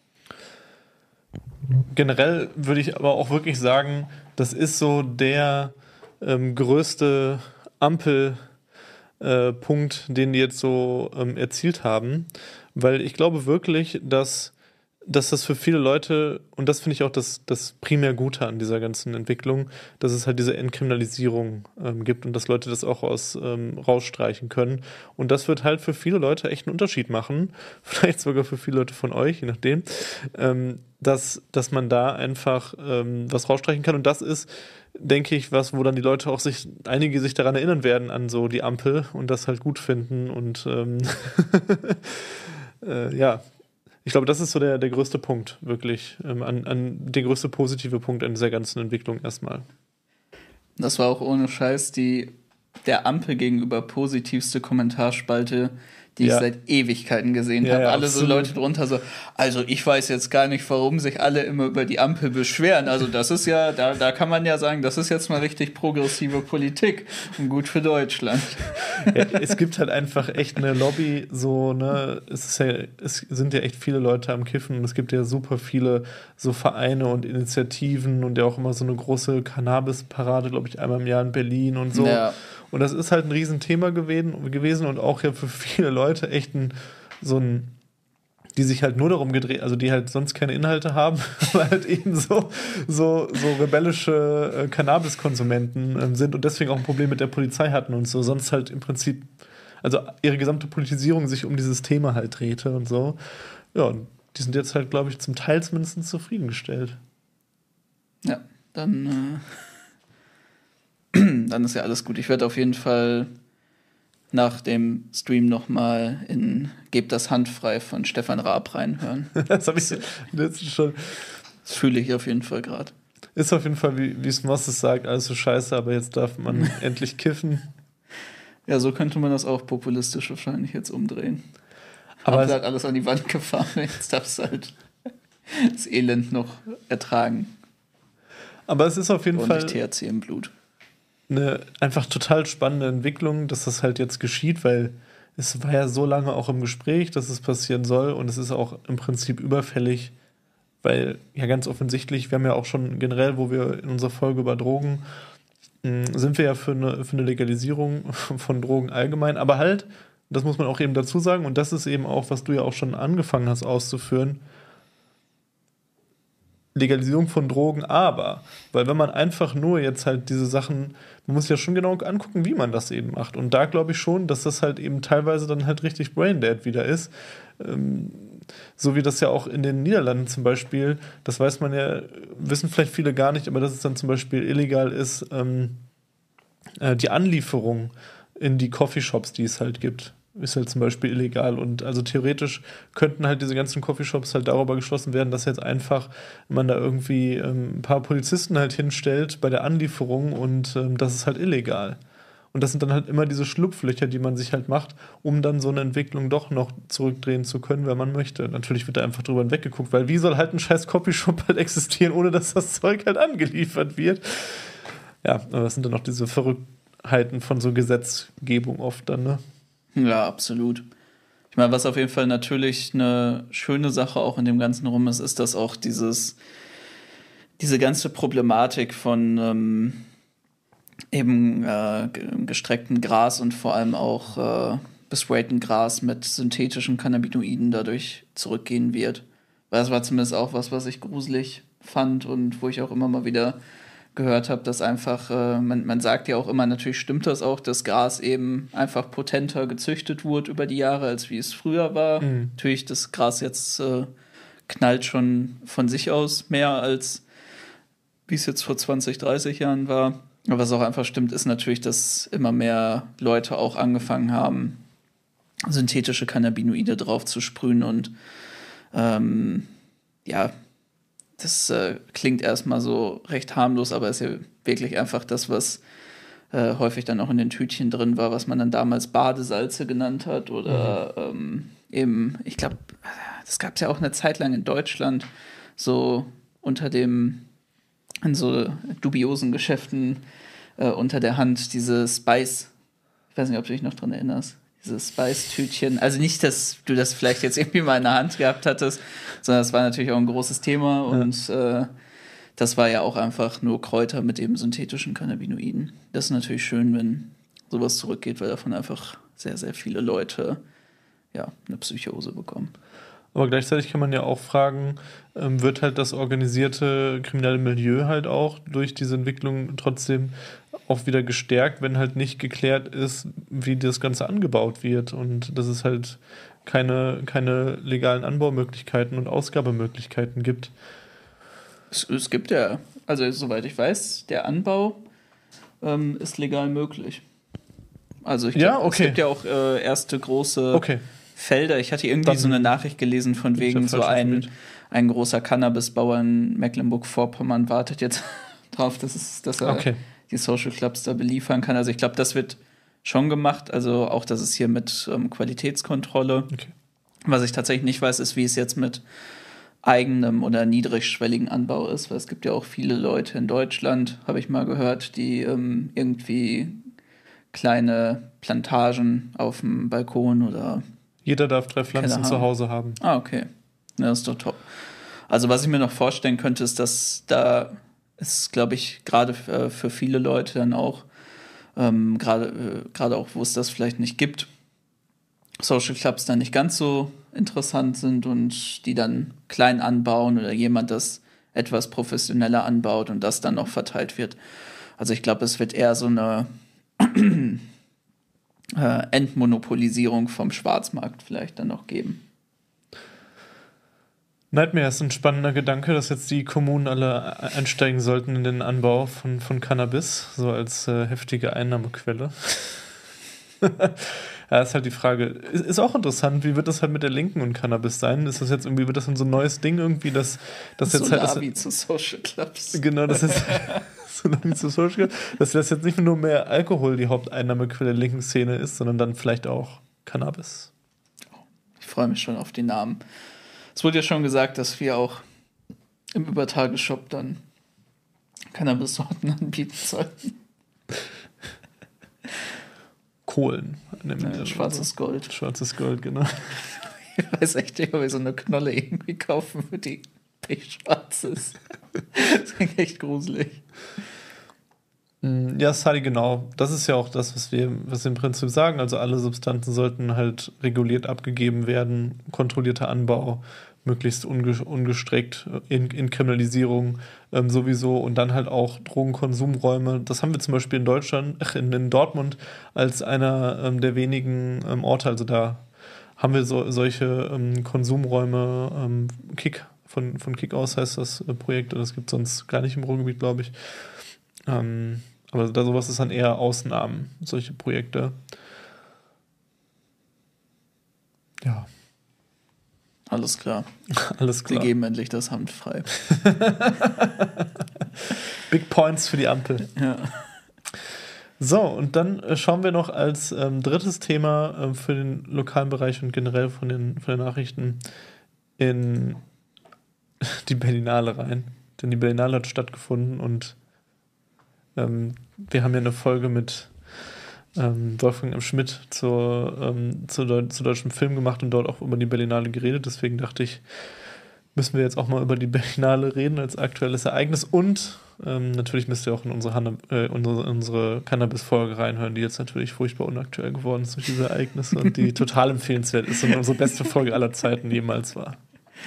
Generell würde ich aber auch wirklich sagen, das ist so der größte Ampelpunkt, den die jetzt so erzielt haben, weil ich glaube wirklich, dass das für viele Leute, und das finde ich auch das primär Gute an dieser ganzen Entwicklung, dass es halt diese Entkriminalisierung gibt und dass Leute das auch rausstreichen können. Und das wird halt für viele Leute echt einen Unterschied machen, vielleicht sogar für viele Leute von euch, je nachdem, dass man da einfach was rausstreichen kann. Und das ist, denke ich, wo dann die Leute auch einige sich daran erinnern werden, an so die Ampel und das halt gut finden und ja. Ich glaube, das ist so der größte Punkt, wirklich, der größte positive Punkt an dieser ganzen Entwicklung erstmal. Das war auch ohne Scheiß der Ampel gegenüber positivste Kommentarspalte, die ich seit Ewigkeiten gesehen habe. Alle absolut. So Leute drunter so, also ich weiß jetzt gar nicht, warum sich alle immer über die Ampel beschweren. Also das ist ja, da kann man ja sagen, das ist jetzt mal richtig progressive Politik und gut für Deutschland. Ja, es gibt halt einfach echt eine Lobby, so, ne, es sind ja echt viele Leute am Kiffen und es gibt ja super viele so Vereine und Initiativen und ja auch immer so eine große Cannabis-Parade, glaube ich, einmal im Jahr in Berlin und so. Ja. Und das ist halt ein Riesenthema gewesen und auch ja für viele Leute echt die sich halt nur darum gedreht, also die halt sonst keine Inhalte haben, weil halt eben so rebellische Cannabiskonsumenten sind und deswegen auch ein Problem mit der Polizei hatten und so, sonst halt im Prinzip, also ihre gesamte Politisierung sich um dieses Thema halt drehte und so. Ja, und die sind jetzt halt, glaube ich, zum Teil zumindest zufriedengestellt. Ja, dann ist ja alles gut. Ich werde auf jeden Fall nach dem Stream nochmal in Gebt das handfrei von Stefan Raab reinhören. Das habe ich jetzt schon. Das fühle ich auf jeden Fall gerade. Ist auf jeden Fall, wie Smoss es sagt, alles so scheiße, aber jetzt darf man endlich kiffen. Ja, so könnte man das auch populistisch wahrscheinlich jetzt umdrehen. Aber es hat alles an die Wand gefahren, jetzt darfst du halt das Elend noch ertragen. Aber es ist auf jeden Fall nicht THC im Blut. Eine einfach total spannende Entwicklung, dass das halt jetzt geschieht, weil es war ja so lange auch im Gespräch, dass es passieren soll und es ist auch im Prinzip überfällig, weil ja ganz offensichtlich, wir haben ja auch schon generell, wo wir in unserer Folge über Drogen sind wir ja für eine Legalisierung von Drogen allgemein, aber halt, das muss man auch eben dazu sagen und das ist eben auch, was du ja auch schon angefangen hast auszuführen, Legalisierung von Drogen, aber, weil wenn man einfach nur jetzt halt diese Sachen, man muss ja schon genau angucken, wie man das eben macht. Und da glaube ich schon, dass das halt eben teilweise dann halt richtig braindead wieder ist. So wie das ja auch in den Niederlanden zum Beispiel, das weiß man ja, wissen vielleicht viele gar nicht, aber dass es dann zum Beispiel illegal ist, die Anlieferung in die Coffeeshops, die es halt gibt, ist halt zum Beispiel illegal und also theoretisch könnten halt diese ganzen Coffeeshops halt darüber geschlossen werden, dass jetzt einfach man da irgendwie ein paar Polizisten halt hinstellt bei der Anlieferung und das ist halt illegal. Und das sind dann halt immer diese Schlupflöcher, die man sich halt macht, um dann so eine Entwicklung doch noch zurückdrehen zu können, wenn man möchte. Natürlich wird da einfach drüber hinweggeguckt, weil wie soll halt ein scheiß Coffeeshop halt existieren, ohne dass das Zeug halt angeliefert wird? Ja, aber das sind dann auch diese Verrücktheiten von so Gesetzgebung oft dann, ne? Ja, absolut. Ich meine, was auf jeden Fall natürlich eine schöne Sache auch in dem Ganzen rum ist, dass auch diese ganze Problematik von gestrecktem Gras und vor allem auch besprayten Gras mit synthetischen Cannabinoiden dadurch zurückgehen wird. Weil das war zumindest auch was ich gruselig fand und wo ich auch immer mal wieder gehört habe, dass einfach, man sagt ja auch immer, natürlich stimmt das auch, dass Gras eben einfach potenter gezüchtet wurde über die Jahre, als wie es früher war. Mhm. Natürlich, das Gras jetzt knallt schon von sich aus mehr, als wie es jetzt vor 20, 30 Jahren war. Aber was auch einfach stimmt, ist natürlich, dass immer mehr Leute auch angefangen haben, synthetische Cannabinoide drauf zu sprühen und das klingt erstmal so recht harmlos, aber ist ja wirklich einfach das, was häufig dann auch in den Tütchen drin war, was man dann damals Badesalze genannt hat oder eben, ich glaube, das gab es ja auch eine Zeit lang in Deutschland, so in so dubiosen Geschäften unter der Hand diese Spice, ich weiß nicht, ob du dich noch dran erinnerst, diese Spice-Tütchen, also nicht, dass du das vielleicht jetzt irgendwie mal in der Hand gehabt hattest, sondern das war natürlich auch ein großes Thema und das war ja auch einfach nur Kräuter mit eben synthetischen Cannabinoiden. Das ist natürlich schön, wenn sowas zurückgeht, weil davon einfach sehr, sehr viele Leute eine Psychose bekommen. Aber gleichzeitig kann man ja auch fragen, wird halt das organisierte kriminelle Milieu halt auch durch diese Entwicklung trotzdem auch wieder gestärkt, wenn halt nicht geklärt ist, wie das Ganze angebaut wird und dass es halt keine legalen Anbaumöglichkeiten und Ausgabemöglichkeiten gibt. Es gibt ja, also soweit ich weiß, der Anbau ist legal möglich. Also ich glaube, es gibt ja auch erste große Felder. Ich hatte irgendwie so eine Nachricht gelesen von wegen so ein großer Cannabisbauer in Mecklenburg-Vorpommern wartet jetzt drauf, dass er die Social Clubs da beliefern kann. Also ich glaube, das wird schon gemacht. Also auch, dass es hier mit Qualitätskontrolle. Was ich tatsächlich nicht weiß, ist, wie es jetzt mit eigenem oder niedrigschwelligen Anbau ist, weil es gibt ja auch viele Leute in Deutschland, habe ich mal gehört, die irgendwie kleine Plantagen auf dem Balkon oder jeder darf 3 Pflanzen zu Hause haben. Ah, okay. Ja, das ist doch top. Also was ich mir noch vorstellen könnte, ist, dass da ist, glaube ich, gerade für viele Leute dann auch, gerade auch, wo es das vielleicht nicht gibt, Social Clubs dann nicht ganz so interessant sind und die dann klein anbauen oder jemand das etwas professioneller anbaut und das dann noch verteilt wird. Also ich glaube, es wird eher so eine Entmonopolisierung vom Schwarzmarkt vielleicht dann noch geben. Nightmare ist ein spannender Gedanke, dass jetzt die Kommunen alle einsteigen sollten in den Anbau von Cannabis, so als heftige Einnahmequelle. Ja, ist halt die Frage. Ist auch interessant, wie wird das halt mit der Linken und Cannabis sein? Ist das jetzt irgendwie, wird das so ein neues Ding irgendwie, dass jetzt halt. Navi zu Social Clubs. Genau, das ist so Navi zu Social Clubs. Dass das jetzt nicht nur mehr Alkohol die Haupteinnahmequelle der linken Szene ist, sondern dann vielleicht auch Cannabis. Ich freue mich schon auf die Namen. Es wurde ja schon gesagt, dass wir auch im Übertageshop dann Cannabis-Sorten anbieten sollten. Kohlen. Schwarzes Gold. Schwarzes Gold, genau. Ich weiß echt nicht, ob wir so eine Knolle irgendwie kaufen, für die pechschwarz ist. Das ist echt gruselig. Ja, Sadi, genau. Das ist ja auch das, was wir im Prinzip sagen. Also alle Substanzen sollten halt reguliert abgegeben werden, kontrollierter Anbau, möglichst ungestreckt in Kriminalisierung sowieso und dann halt auch Drogenkonsumräume. Das haben wir zum Beispiel in Deutschland, in Dortmund als einer der wenigen Orte. Also da haben wir solche Konsumräume, von Kick aus heißt das Projekt, das gibt es sonst gar nicht im Ruhrgebiet, glaube ich. Aber sowas ist dann eher Ausnahmen, solche Projekte. Ja. Alles klar. Alles klar. Sie geben endlich das Amt frei. Big Points für die Ampel. Ja. So, und dann schauen wir noch als drittes Thema für den lokalen Bereich und generell von den Nachrichten in die Berlinale rein. Denn die Berlinale hat stattgefunden und wir haben ja eine Folge mit Wolfgang M. Schmidt zu deutschem Film gemacht und dort auch über die Berlinale geredet. Deswegen dachte ich, müssen wir jetzt auch mal über die Berlinale reden als aktuelles Ereignis. Und natürlich müsst ihr auch in unsere Cannabis-Folge reinhören, die jetzt natürlich furchtbar unaktuell geworden ist durch diese Ereignisse und die total empfehlenswert ist und unsere beste Folge aller Zeiten jemals war.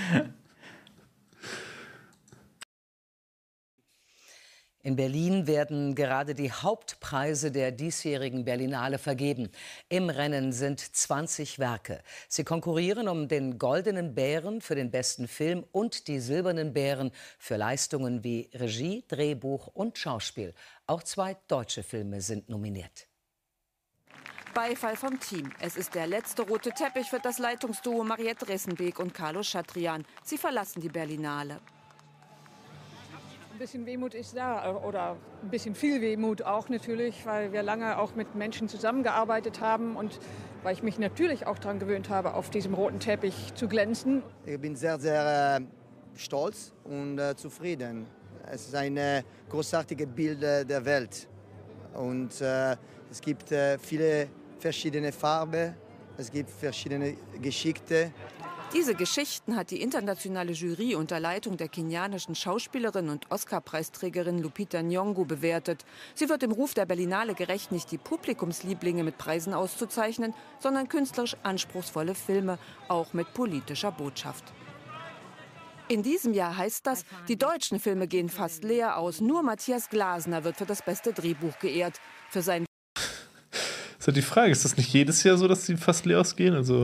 In Berlin werden gerade die Hauptpreise der diesjährigen Berlinale vergeben. Im Rennen sind 20 Werke. Sie konkurrieren um den Goldenen Bären für den besten Film und die Silbernen Bären für Leistungen wie Regie, Drehbuch und Schauspiel. Auch 2 deutsche Filme sind nominiert. Beifall vom Team. Es ist der letzte rote Teppich für das Leitungsduo Mariette Ressenbeek und Carlo Chatrian. Sie verlassen die Berlinale. bisschen Wehmut ist da, oder ein bisschen viel Wehmut auch natürlich, weil wir lange auch mit Menschen zusammengearbeitet haben und weil ich mich natürlich auch daran gewöhnt habe, auf diesem roten Teppich zu glänzen. Ich bin sehr, sehr stolz und zufrieden. Es ist ein großartiges Bild der Welt und es gibt viele verschiedene Farben, es gibt verschiedene Geschichten. Diese Geschichten hat die internationale Jury unter Leitung der kenianischen Schauspielerin und Oscar-Preisträgerin Lupita Nyong'o bewertet. Sie wird dem Ruf der Berlinale gerecht, nicht die Publikumslieblinge mit Preisen auszuzeichnen, sondern künstlerisch anspruchsvolle Filme, auch mit politischer Botschaft. In diesem Jahr heißt das, die deutschen Filme gehen fast leer aus. Nur Matthias Glasner wird für das beste Drehbuch geehrt. Für seinen ist halt die Frage, ist das nicht jedes Jahr so, dass die fast leer ausgehen? Also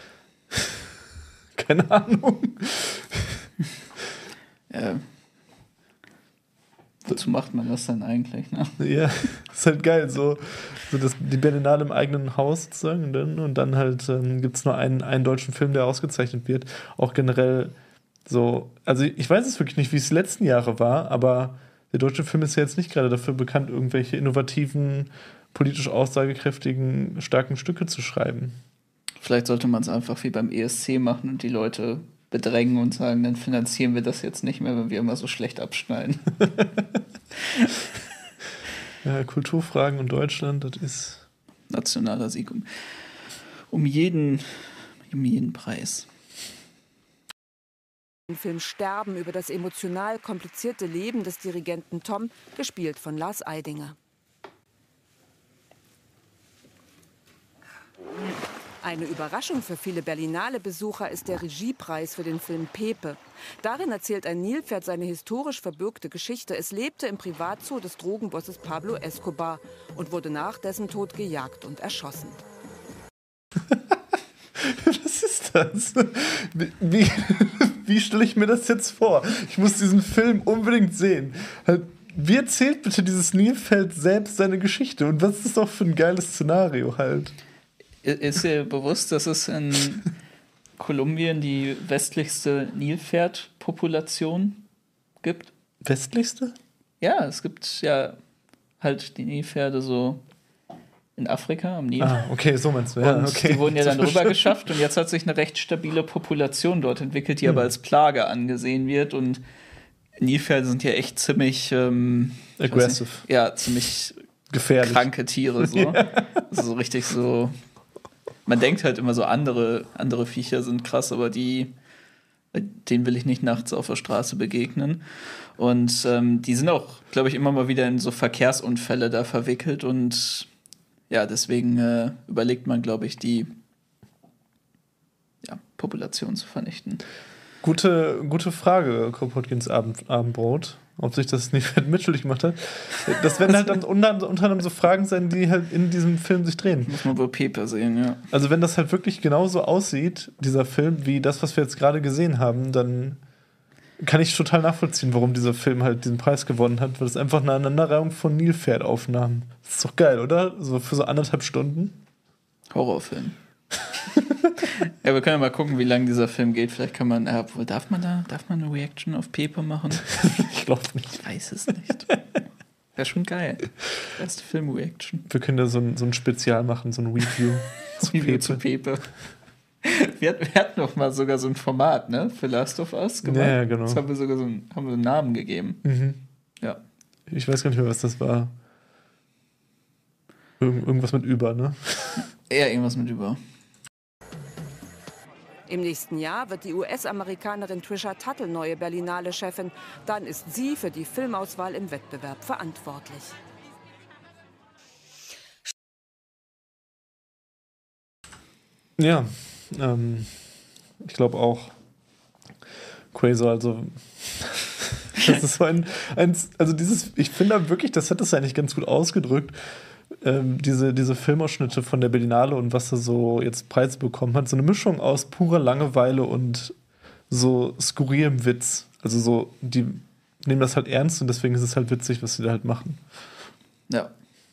keine Ahnung. Wozu macht man das denn eigentlich? Ne? Ja, ist halt geil. So die Berlinale im eigenen Haus sozusagen. Und dann halt gibt es nur einen deutschen Film, der ausgezeichnet wird. Auch generell so, also ich weiß es wirklich nicht, wie es die letzten Jahre war, aber der deutsche Film ist ja jetzt nicht gerade dafür bekannt, irgendwelche innovativen, politisch aussagekräftigen, starken Stücke zu schreiben. Vielleicht sollte man es einfach wie beim ESC machen und die Leute bedrängen und sagen, dann finanzieren wir das jetzt nicht mehr, wenn wir immer so schlecht abschneiden. Ja, Kulturfragen und Deutschland, das ist nationaler Sieg um jeden Preis. Im Film Sterben über das emotional komplizierte Leben des Dirigenten Tom, gespielt von Lars Eidinger. Eine Überraschung für viele Berlinale-Besucher ist der Regiepreis für den Film Pepe. Darin erzählt ein Nilpferd seine historisch verbürgte Geschichte. Es lebte im Privatzoo des Drogenbosses Pablo Escobar und wurde nach dessen Tod gejagt und erschossen. Was ist das? Wie stelle ich mir das jetzt vor? Ich muss diesen Film unbedingt sehen. Wie erzählt bitte dieses Nilpferd selbst seine Geschichte? Und was ist das doch für ein geiles Szenario halt? Ist dir bewusst, dass es in Kolumbien die westlichste Nilpferdpopulation gibt? Westlichste? Ja, es gibt ja halt die Nilpferde so in Afrika am Nil. Ah, okay, so meinst du. Ja, und okay. die wurden ja dann rüber geschafft und jetzt hat sich eine recht stabile Population dort entwickelt, die aber als Plage angesehen wird. Und Nilpferde sind ja echt ziemlich aggressive. Ja, ziemlich gefährlich. Kranke Tiere. So. Ja. So richtig so. Man denkt halt immer so, andere Viecher sind krass, aber denen will ich nicht nachts auf der Straße begegnen. Und die sind auch, glaube ich, immer mal wieder in so Verkehrsunfälle da verwickelt. Und ja, deswegen überlegt man, glaube ich, die Population zu vernichten. Gute Frage, Kropotkins Abendbrot. Ob sich das nicht mitschuldig gemacht hat. Das werden halt dann unter anderem so Fragen sein, die halt in diesem Film sich drehen. Muss man bei Pepe sehen, ja. Also wenn das halt wirklich genauso aussieht, dieser Film, wie das, was wir jetzt gerade gesehen haben, dann kann ich total nachvollziehen, warum dieser Film halt diesen Preis gewonnen hat, weil es einfach eine Aneinanderreihung von Nilpferdaufnahmen. Das ist doch geil, oder? So für so 1,5 Stunden. Horrorfilm. Ja, wir können ja mal gucken, wie lange dieser Film geht. Vielleicht kann man, darf man eine Reaction auf Pepe machen? Ich glaube nicht. Ich weiß es nicht. Wäre schon geil. Erste Film-Reaction. Wir können da so ein Spezial machen, so ein Review zu Pepe. Wir hatten doch mal sogar so ein Format, ne? Für Last of Us gemacht. Ja, genau. Das haben wir sogar haben wir einen Namen gegeben. Mhm. Ja. Ich weiß gar nicht mehr, was das war. Irgendwas mit über, ne? Ja, irgendwas mit über. Im nächsten Jahr wird die US-Amerikanerin Trisha Tuttle neue Berlinale-Chefin. Dann ist sie für die Filmauswahl im Wettbewerb verantwortlich. Ja, ich glaube auch Quasar, also das ist so also ich finde wirklich, das hat es eigentlich ganz gut ausgedrückt, diese Filmausschnitte von der Berlinale und was er so jetzt Preise bekommen hat, so eine Mischung aus purer Langeweile und so skurrilem Witz. Also so, die nehmen das halt ernst und deswegen ist es halt witzig, was sie da halt machen. Ja.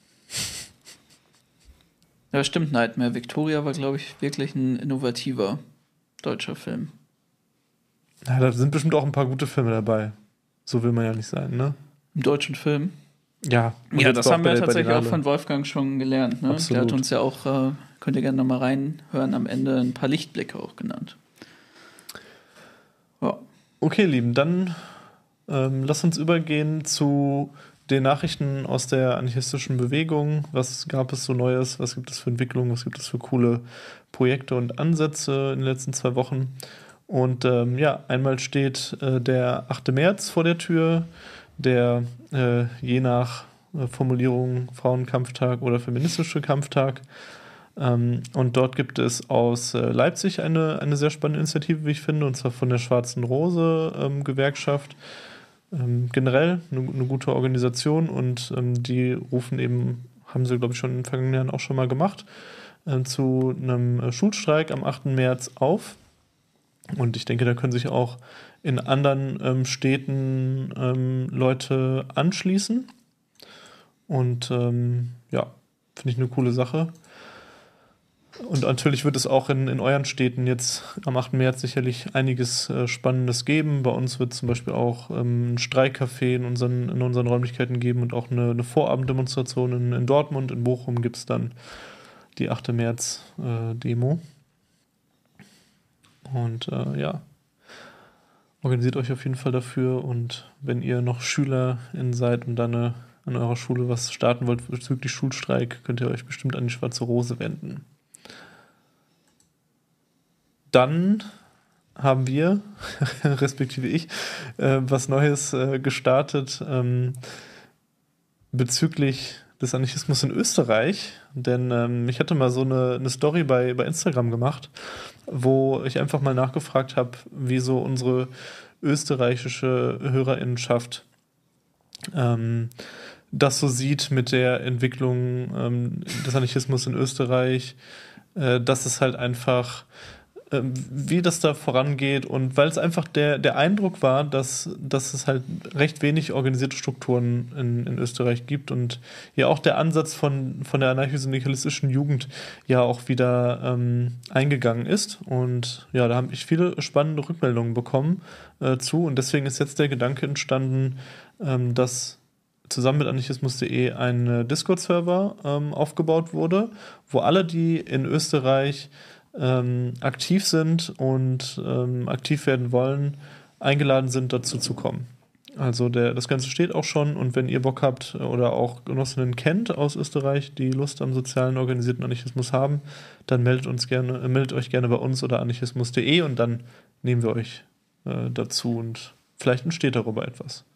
Ja, stimmt, Nightmare Victoria war, glaube ich, wirklich ein innovativer deutscher Film. Ja, da sind bestimmt auch ein paar gute Filme dabei. so will man ja nicht sein, ne? Im deutschen Film? Ja. Ja, das haben wir tatsächlich auch von Wolfgang schon gelernt. Ne? Der hat uns ja auch, könnt ihr gerne nochmal reinhören, am Ende ein paar Lichtblicke auch genannt. Ja. Okay, Lieben, dann lass uns übergehen zu den Nachrichten aus der anarchistischen Bewegung. Was gab es so Neues? Was gibt es für Entwicklungen? Was gibt es für coole Projekte und Ansätze in den letzten 2 Wochen? Und einmal steht der 8. März vor der Tür, der je nach Formulierung Frauenkampftag oder feministische Kampftag. Und dort gibt es aus Leipzig eine sehr spannende Initiative, wie ich finde, und zwar von der Schwarzen Rose Gewerkschaft. Generell eine gute Organisation, und die rufen eben, haben sie, glaube ich, schon in den vergangenen Jahren auch schon mal gemacht, zu einem Schulstreik am 8. März auf. Und ich denke, da können sich auch in anderen Städten Leute anschließen. Und finde ich eine coole Sache. Und natürlich wird es auch in euren Städten jetzt am 8. März sicherlich einiges Spannendes geben. Bei uns wird es zum Beispiel auch ein Streikcafé in unseren Räumlichkeiten geben und auch eine Vorabenddemonstration in Dortmund. In Bochum gibt es dann die 8. März Demo. Und organisiert euch auf jeden Fall dafür. Und wenn ihr noch SchülerInnen seid und dann an eurer Schule was starten wollt bezüglich Schulstreik, könnt ihr euch bestimmt an die Schwarze Rose wenden. Dann haben wir, respektive ich, was Neues gestartet bezüglich des Anarchismus in Österreich. Denn ich hatte mal so eine Story bei Instagram gemacht, wo ich einfach mal nachgefragt habe, wie so unsere österreichische Hörerinnenschaft das so sieht mit der Entwicklung des Anarchismus in Österreich, dass es halt einfach wie das da vorangeht, und weil es einfach der Eindruck war, dass es halt recht wenig organisierte Strukturen in Österreich gibt und ja auch der Ansatz von der anarcho-syndikalistischen Jugend ja auch wieder eingegangen ist, und ja, da habe ich viele spannende Rückmeldungen bekommen zu, und deswegen ist jetzt der Gedanke entstanden, dass zusammen mit anarchismus.de ein Discord-Server aufgebaut wurde, wo alle, die in Österreich aktiv sind und aktiv werden wollen, eingeladen sind, dazu zu kommen. Also das Ganze steht auch schon, und wenn ihr Bock habt oder auch Genossinnen kennt aus Österreich, die Lust am sozialen organisierten Anarchismus haben, dann meldet euch gerne bei uns oder anarchismus.de, und dann nehmen wir euch dazu, und vielleicht entsteht darüber etwas.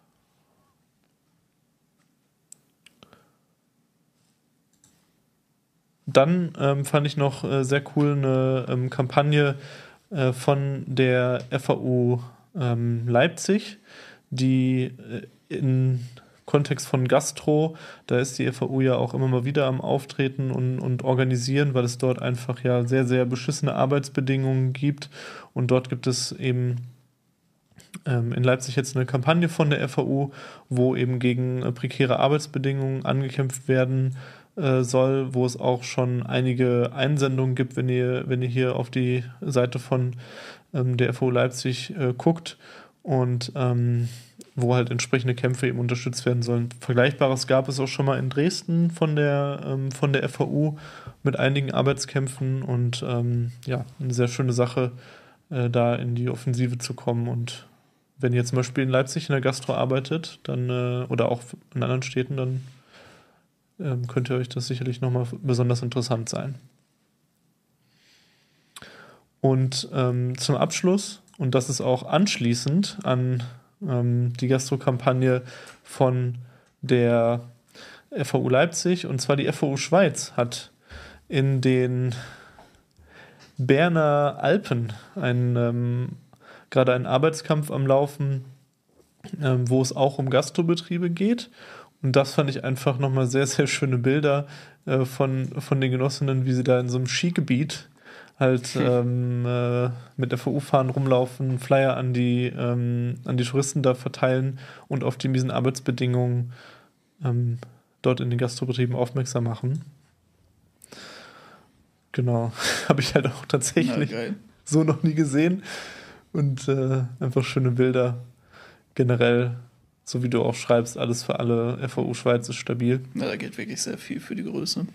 Dann fand ich noch sehr cool eine Kampagne von der FAU Leipzig, die im Kontext von Gastro, da ist die FAU ja auch immer mal wieder am Auftreten und organisieren, weil es dort einfach ja sehr, sehr beschissene Arbeitsbedingungen gibt, und dort gibt es eben in Leipzig jetzt eine Kampagne von der FAU, wo eben gegen prekäre Arbeitsbedingungen angekämpft werden soll, wo es auch schon einige Einsendungen gibt, wenn ihr hier auf die Seite von der FAU Leipzig guckt, und wo halt entsprechende Kämpfe eben unterstützt werden sollen. Vergleichbares gab es auch schon mal in Dresden von der FAU mit einigen Arbeitskämpfen, und eine sehr schöne Sache, da in die Offensive zu kommen. Und wenn ihr zum Beispiel in Leipzig in der Gastro arbeitet, dann oder auch in anderen Städten, dann könnte euch das sicherlich nochmal besonders interessant sein. Und zum Abschluss, und das ist auch anschließend an die Gastro-Kampagne von der FAU Leipzig, und zwar die FAU Schweiz hat in den Berner Alpen gerade einen Arbeitskampf am Laufen, wo es auch um Gastrobetriebe geht. Und das fand ich einfach nochmal sehr, sehr schöne Bilder von den Genossinnen, wie sie da in so einem Skigebiet halt mit der FAU-Fahnen rumlaufen, Flyer an die Touristen da verteilen und auf die miesen Arbeitsbedingungen dort in den Gastrobetrieben aufmerksam machen. Genau, habe ich halt auch tatsächlich so noch nie gesehen. Und einfach schöne Bilder, generell, so wie du auch schreibst, alles für alle, FAU Schweiz ist stabil. Ja, da geht wirklich sehr viel für die Größe.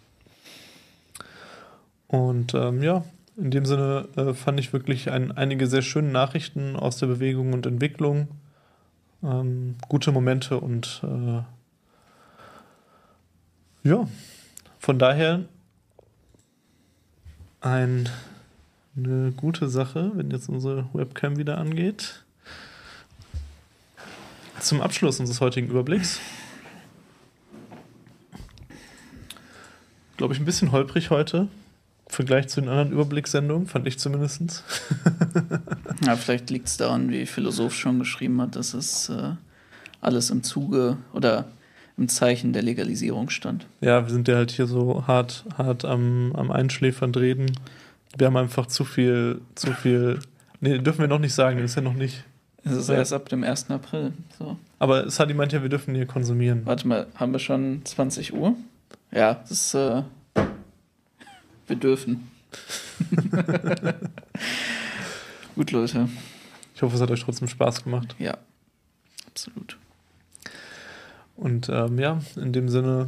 Und ja, in dem Sinne fand ich wirklich einige sehr schöne Nachrichten aus der Bewegung und Entwicklung. Gute Momente und ja, von daher eine gute Sache, wenn jetzt unsere Webcam wieder angeht. Zum Abschluss unseres heutigen Überblicks. Glaube ich, ein bisschen holprig heute. Im Vergleich zu den anderen Überblickssendungen, fand ich zumindest. Ja, vielleicht liegt es daran, wie Philosoph schon geschrieben hat, dass es alles im Zuge oder im Zeichen der Legalisierung stand. Ja, wir sind ja halt hier so hart am Einschläfern reden. Wir haben einfach zu viel. Nee, dürfen wir noch nicht sagen, das ist ja noch nicht. Es ist erst ab dem 1. April. So. Aber Sadi meint ja, wir dürfen hier konsumieren. Warte mal, haben wir schon 20 Uhr? Ja, das ist. Wir dürfen. Gut, Leute. Ich hoffe, es hat euch trotzdem Spaß gemacht. Ja, absolut. Und ja, in dem Sinne,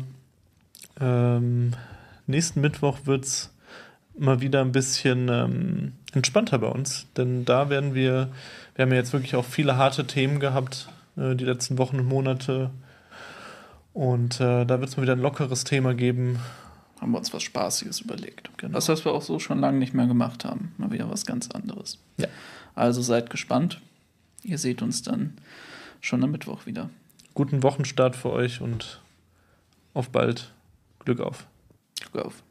nächsten Mittwoch wird es mal wieder ein bisschen entspannter bei uns. Denn da haben ja jetzt wirklich auch viele harte Themen gehabt, die letzten Wochen und Monate. Und da wird es mal wieder ein lockeres Thema geben. Haben wir uns was Spaßiges überlegt. Genau. Das, was wir auch so schon lange nicht mehr gemacht haben. Mal wieder was ganz anderes. Ja. Also seid gespannt. Ihr seht uns dann schon am Mittwoch wieder. Guten Wochenstart für euch und auf bald. Glück auf. Glück auf.